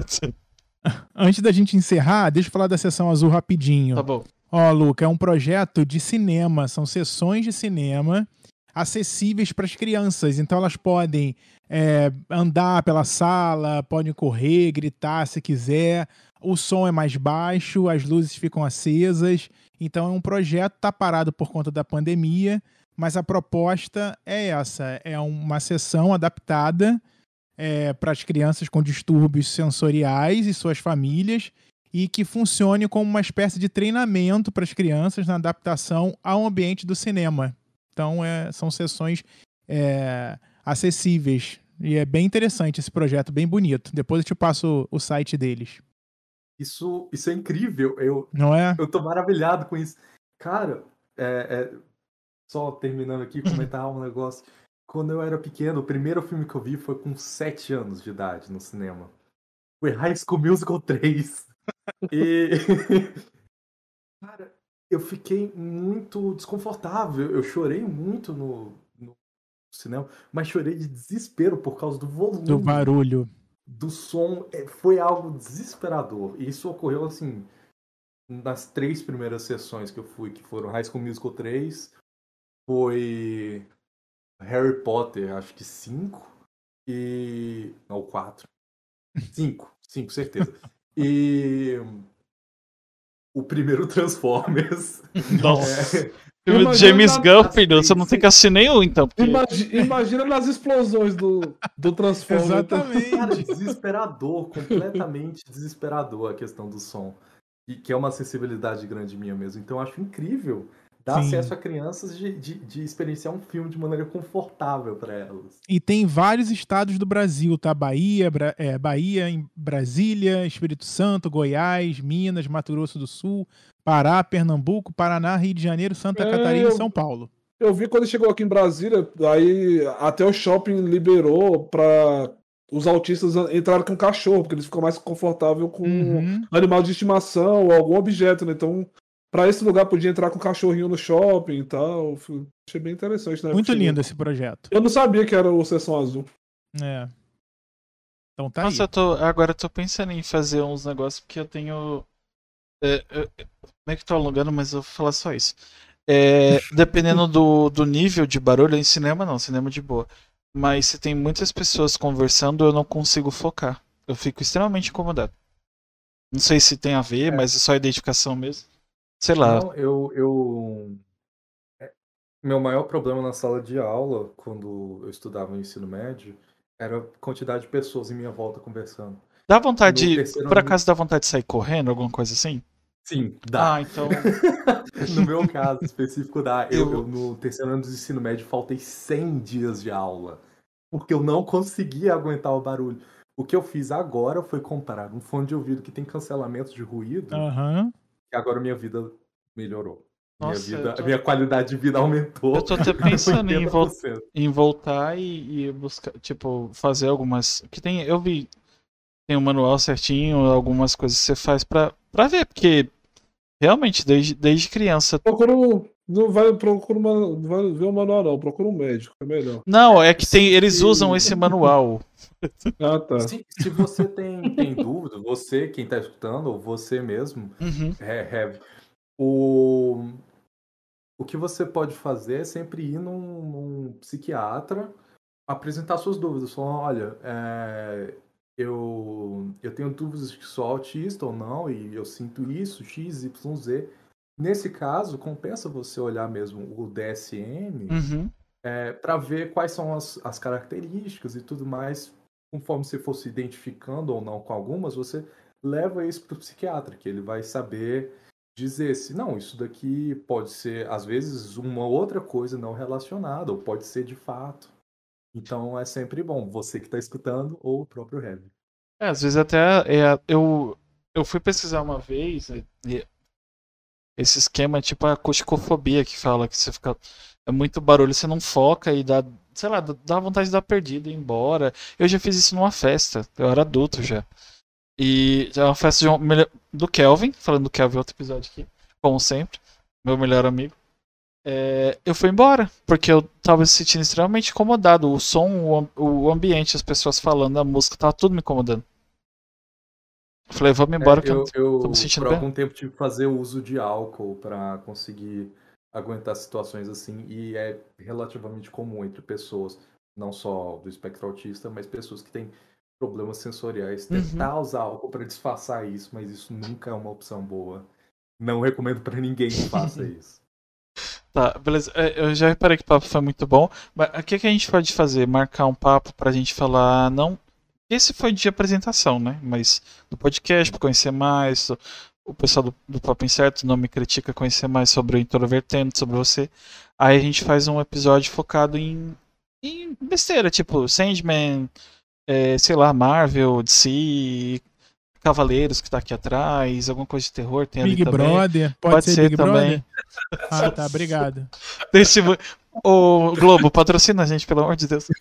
Antes da gente encerrar, deixa eu falar da sessão azul rapidinho. Tá bom. Ó, Luca, é um projeto de cinema, são sessões de cinema acessíveis para as crianças. Então elas podem é, andar pela sala, podem correr, gritar se quiser. O som é mais baixo, as luzes ficam acesas. Então é um projeto, tá parado por conta da pandemia, mas a proposta é essa: é uma sessão adaptada é, para as crianças com distúrbios sensoriais e suas famílias, e que funcione como uma espécie de treinamento para as crianças na adaptação ao ambiente do cinema. Então, é, são sessões é, acessíveis. E é bem interessante esse projeto, bem bonito. Depois eu te passo o, o site deles. Isso, isso é incrível. Eu, Não é? eu tô maravilhado com isso. Cara, é, é, só terminando aqui, comentar um negócio. Quando eu era pequeno, o primeiro filme que eu vi foi com sete anos de idade no cinema. Foi High School Musical três. E... Cara, eu fiquei muito desconfortável. Eu chorei muito no, no cinema, mas chorei de desespero por causa do volume. Do barulho. Do som. É, foi algo desesperador. E isso ocorreu, assim, nas três primeiras sessões que eu fui, que foram High School Musical três, foi Harry Potter, acho que cinco, e... não, quatro. cinco, cinco, certeza. E... o primeiro Transformers. Nossa. É, Filme de Imagina James na- Gunn, filho, você não tem que assistir nenhum, então. Porque... Imagi- imagina nas explosões do, do Transformer. então. cara, Exatamente. desesperador, completamente desesperador a questão do som. E que é uma acessibilidade grande minha mesmo. Então eu acho incrível dar Sim. acesso a crianças de, de, de experienciar um filme de maneira confortável para elas. E tem vários estados do Brasil, tá? Bahia, Bra- é, Bahia, em Brasília, Espírito Santo, Goiás, Minas, Mato Grosso do Sul, Pará, Pernambuco, Paraná, Rio de Janeiro, Santa É, Catarina eu- e São Paulo. Eu vi quando chegou aqui em Brasília, aí até o shopping liberou pra os autistas entrarem com cachorro, porque eles ficam mais confortáveis com Uhum. animal de estimação ou algum objeto, né? Então, pra esse lugar podia entrar com cachorrinho no shopping e tal. Achei bem interessante, né? Muito Chegou- lindo esse projeto. Eu não sabia que era o Sessão Azul. É. Então tá Nossa, aí. eu tô, agora eu tô pensando em fazer uns negócios porque eu tenho. É, é, como é que eu tô alongando, mas eu vou falar só isso. É, dependendo do, do nível de barulho, em cinema não, cinema de boa. Mas se tem muitas pessoas conversando, eu não consigo focar. Eu fico extremamente incomodado. Não sei se tem a ver, É. mas é só identificação mesmo. Sei lá. Não, eu, eu... é, meu maior problema na sala de aula, quando eu estudava no ensino médio, era a quantidade de pessoas em minha volta conversando. Dá vontade, No de, terceiro por ano- acaso dá vontade de sair correndo, alguma coisa assim? Sim, dá. Ah, então. No meu caso específico, dá. Eu, Eu- eu, no terceiro ano do ensino médio, faltei cem dias de aula. Porque eu não conseguia aguentar o barulho. O que eu fiz agora foi comprar um fone de ouvido que tem cancelamento de ruído. Aham. E agora minha vida melhorou. Nossa, minha, vida, eu tô- minha qualidade de vida aumentou. Eu tô até pensando em, vol- oitenta por cento. em voltar e, e buscar, tipo, fazer algumas. Que tem, eu vi, tem um manual certinho, algumas coisas que você faz pra, pra ver, porque realmente, desde, desde criança. Procura um. Não vai, procura uma, não vai ver o manual, não. Procura um médico, é melhor. Não, é que tem, Se- eles se- usam esse manual. Ah, tá. Se, se você tem, tem dúvida, você, quem está escutando, ou você mesmo, Uhum. é, é, o, o que você pode fazer é sempre ir num, num psiquiatra, apresentar suas dúvidas, falando, olha, é, eu, eu tenho dúvidas de que sou autista ou não, e eu sinto isso, X, Y, Z. Nesse caso, compensa você olhar mesmo o D S M Uhum. é, para ver quais são as, as características e tudo mais. Conforme você for se identificando ou não com algumas, você leva isso para o psiquiatra, que ele vai saber dizer se não, isso daqui pode ser, às vezes, uma outra coisa não relacionada, ou pode ser de fato. Então é sempre bom, você que está escutando ou o próprio Heavy. É, às vezes até é, eu, eu fui pesquisar uma vez e- e esse esquema é tipo a acusticofobia que fala que você fica. É muito barulho, você não foca e dá. Sei lá, dá vontade de dar perdida e ir embora. Eu já fiz isso numa festa, eu era adulto já. E é uma festa de um, melhor- do Kelvin, falando do Kelvin, outro episódio aqui, como sempre, meu melhor amigo. É, eu fui embora, porque eu tava me sentindo extremamente incomodado. O som, o, am- o ambiente, as pessoas falando, a música, tava tudo me incomodando. Eu falei, vamos embora É, que eu, eu, não tô eu me sentindo por bem. algum tempo, tive que fazer o uso de álcool para conseguir aguentar situações assim, e é relativamente comum entre pessoas, não só do espectro autista, mas pessoas que têm problemas sensoriais, Uhum. tentar usar álcool para disfarçar isso, mas isso nunca é uma opção boa. Não recomendo para ninguém que faça isso. Tá, beleza. É, eu já reparei que o papo foi muito bom. Mas o que, que a gente pode fazer? Marcar um papo pra gente falar. Não. Esse foi de apresentação, né? Mas do podcast, pra conhecer mais. O o pessoal do, do Papo Incerto não me critica, conhecer mais sobre o Introvertendo, sobre você. Aí a gente faz um episódio focado em, em besteira, tipo Sandman, é, sei lá, Marvel, D C, Cavaleiros que tá aqui atrás, alguma coisa de terror tem ali Big também. Brother, pode, Pode ser, ser Big também. Brother? Ah, tá, obrigado. Desse... Ô, Globo, patrocina a gente, pelo amor de Deus.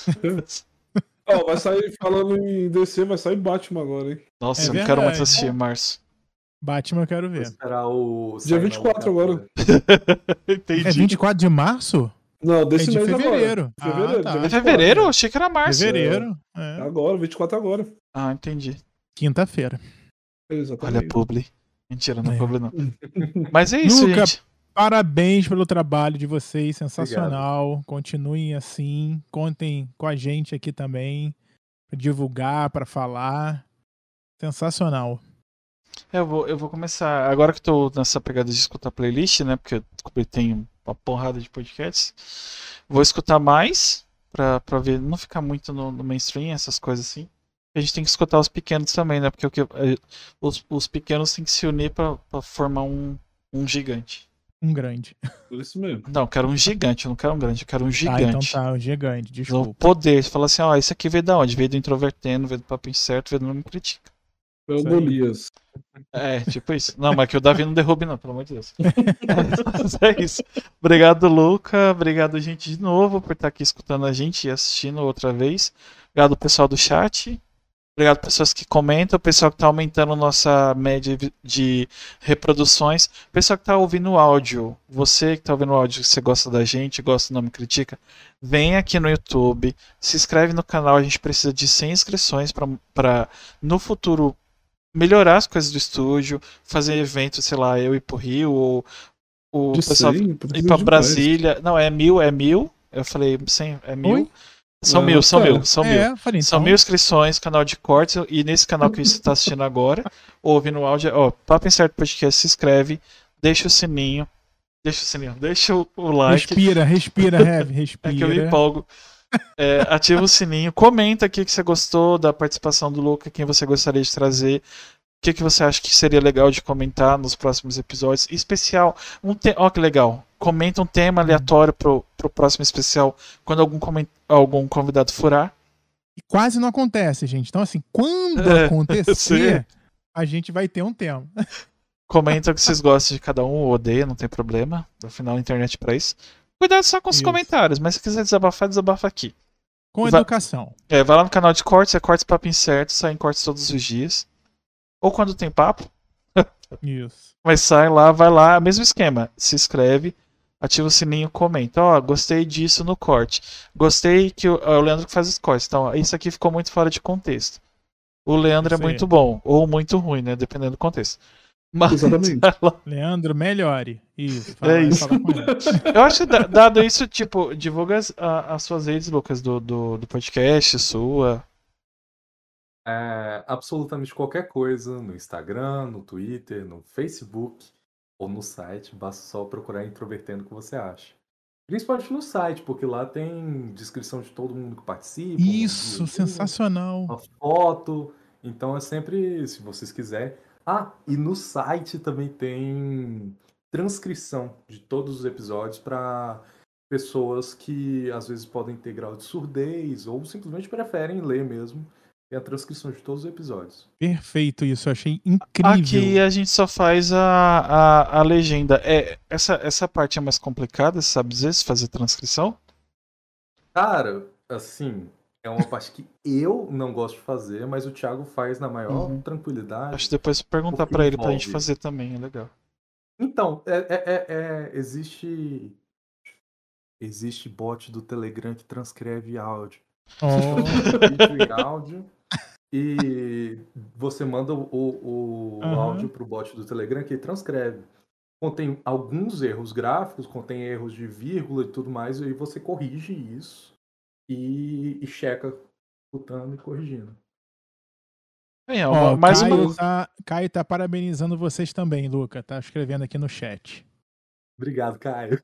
Ó, vai sair, falando em D C, vai sair Batman agora, hein? Nossa, É eu não quero muito verdade. assistir março. Batman eu quero Vou ver. esperar o. Dia sair na vinte e quatro locadora. Entendi. É vinte e quatro de março? Não, É desse de mês fevereiro. agora. Fevereiro, Ah, tá. dia É vinte e quatro. fevereiro? Eu achei que era março. Fevereiro. É. Agora, vinte e quatro agora. Ah, entendi. Quinta-feira. Olha, Exatamente. publi. Mentira, não é É. publi não. Mas é isso, Nunca- gente. Parabéns pelo trabalho de vocês, sensacional. Continuem assim, contem com a gente aqui também, pra divulgar, para falar. Sensacional. Eu vou, eu vou começar. Agora que eu tô nessa pegada de escutar playlist, né? Porque eu descobri que tem uma porrada de podcasts. Vou escutar mais pra, pra ver, não ficar muito no, no mainstream, essas coisas assim. A gente tem que escutar os pequenos também, né? Porque o que, eh, os, os pequenos têm que se unir pra, pra formar um, um gigante. Um grande. Por isso mesmo. Não, eu quero um gigante, eu não quero um grande, eu quero um Ah, gigante. então tá, um gigante, O desculpa. poder, você fala assim, ó, isso aqui veio da onde? Veio do Introvertendo, veio do Papo Incerto, veio do Não Me Critica. Pelo Isso aí. Golias. É, tipo isso. Não, mas que o Davi não derrube não, pelo amor de Deus. Mas é isso. Obrigado, Luca. Obrigado, gente, de novo, por estar aqui escutando a gente e assistindo outra vez. Obrigado, pessoal do chat. Obrigado, pessoas que comentam. Pessoal que está aumentando nossa média de reproduções. Pessoal que está ouvindo o áudio. Você que está ouvindo o áudio, você gosta da gente, gosta do Não Me Critica, vem aqui no YouTube, se inscreve no canal. A gente precisa de cem inscrições para no futuro melhorar as coisas do estúdio, fazer eventos, sei lá, eu ir pro Rio, ou o De pessoal cem, ir precisa pra de Brasília. Não, é mil, é mil. Eu falei, cem, é mil. Oi? São Ah, mil, são tá. mil, são mil. É, falei, São então, mil inscrições, canal de cortes, e nesse canal que você está assistindo agora, ouvindo o áudio, ó, Papo Incerto Podcast, se inscreve, deixa o sininho, deixa o sininho, deixa o, o like, respira, respira, Heavy, é que eu me respira. empolgo. É, ativa o sininho, comenta aqui que você gostou da participação do Luca, quem você gostaria de trazer, o que, que você acha que seria legal de comentar nos próximos episódios. Em especial, um te... ó que legal, comenta um tema aleatório pro, pro próximo especial, quando algum, coment... algum convidado furar. E quase não acontece, gente. Então, assim, quando É, acontecer, sim. a gente vai ter um tema. Comenta o que vocês gostam de cada um, ou odeia, não tem problema. Afinal, a internet é pra isso. Cuidado só com os Isso. comentários, mas se quiser desabafar, desabafa aqui. Com Vai- educação. É, vai lá no canal de cortes, é cortes papo incerto, saem cortes todos os dias. Ou quando tem papo, Isso. mas sai lá, vai lá, mesmo esquema. Se inscreve, ativa o sininho, comenta. Ó, gostei disso no corte. Gostei que o, é o Leandro que faz os cortes. Então, ó, isso aqui ficou muito fora de contexto. O Leandro Isso é aí. muito bom, ou muito ruim, né? Dependendo do contexto. Mas, Exatamente. Leandro, melhore. Isso. É Fala, isso. fala com ele. eu acho que da- dado isso, tipo, divulga as, a- as suas redes, Lucas, do, do, do podcast, sua. É, absolutamente qualquer coisa no Instagram, no Twitter, no Facebook ou no site, basta só procurar Introvertendo o que você acha. Principalmente no site, porque lá tem descrição de todo mundo que participa, um Isso, videozinho, sensacional. uma foto. Então é sempre, se vocês quiserem. Ah, e no site também tem transcrição de todos os episódios para pessoas que às vezes podem ter grau de surdez ou simplesmente preferem ler mesmo. Tem a transcrição de todos os episódios. Perfeito isso, eu achei incrível. Aqui a gente só faz a, a, a legenda. É, essa, essa parte é mais complicada, você sabe dizer, se fazer transcrição? Cara, assim, é uma parte que eu não gosto de fazer, mas o Thiago faz na maior Uhum. tranquilidade. Acho que depois perguntar Porque pra ele pra gente envolve. fazer também, é legal. Então, é, é- é- é- existe. Existe bot do Telegram que transcreve áudio. Oh, Vídeo em áudio. E você manda o, o, o Aham. áudio pro bot do Telegram que ele transcreve. Contém alguns erros gráficos, contém erros de vírgula e tudo mais, e aí você corrige isso e, e checa escutando e corrigindo. Bem, é ó, uma- mais Caio, uma. tá, Caio tá parabenizando vocês também, Luca. Tá escrevendo aqui no chat. Obrigado, Caio.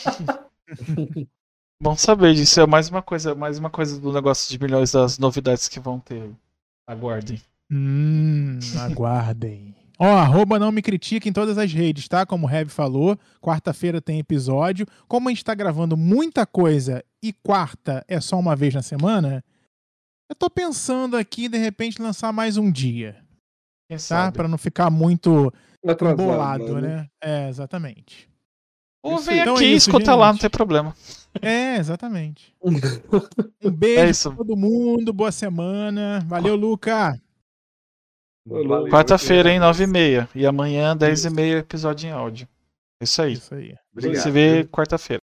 Bom saber disso. É mais uma coisa, mais uma coisa do negócio de milhões das novidades que vão ter. Aguardem. Hum, aguardem. Ó, arroba não me critique em todas as redes, tá? Como o Heavy falou, quarta-feira tem episódio. Como a gente tá gravando muita coisa e quarta é só uma vez na semana, eu tô pensando aqui, de repente, lançar mais um dia, Quem tá? sabe? Pra não ficar muito Atrasado, embolado, né? né? É, exatamente. Ou Isso vem aí. Então aqui é e isso, escuta lá, não gente. tem problema. É, exatamente. Um É beijo isso. pra todo mundo, boa semana. Valeu, Luca. Falou. Quarta-feira, hein, nove e meia. E amanhã, dez e meia, episódio em áudio. É isso aí. Isso aí. Obrigado. Se vê quarta-feira.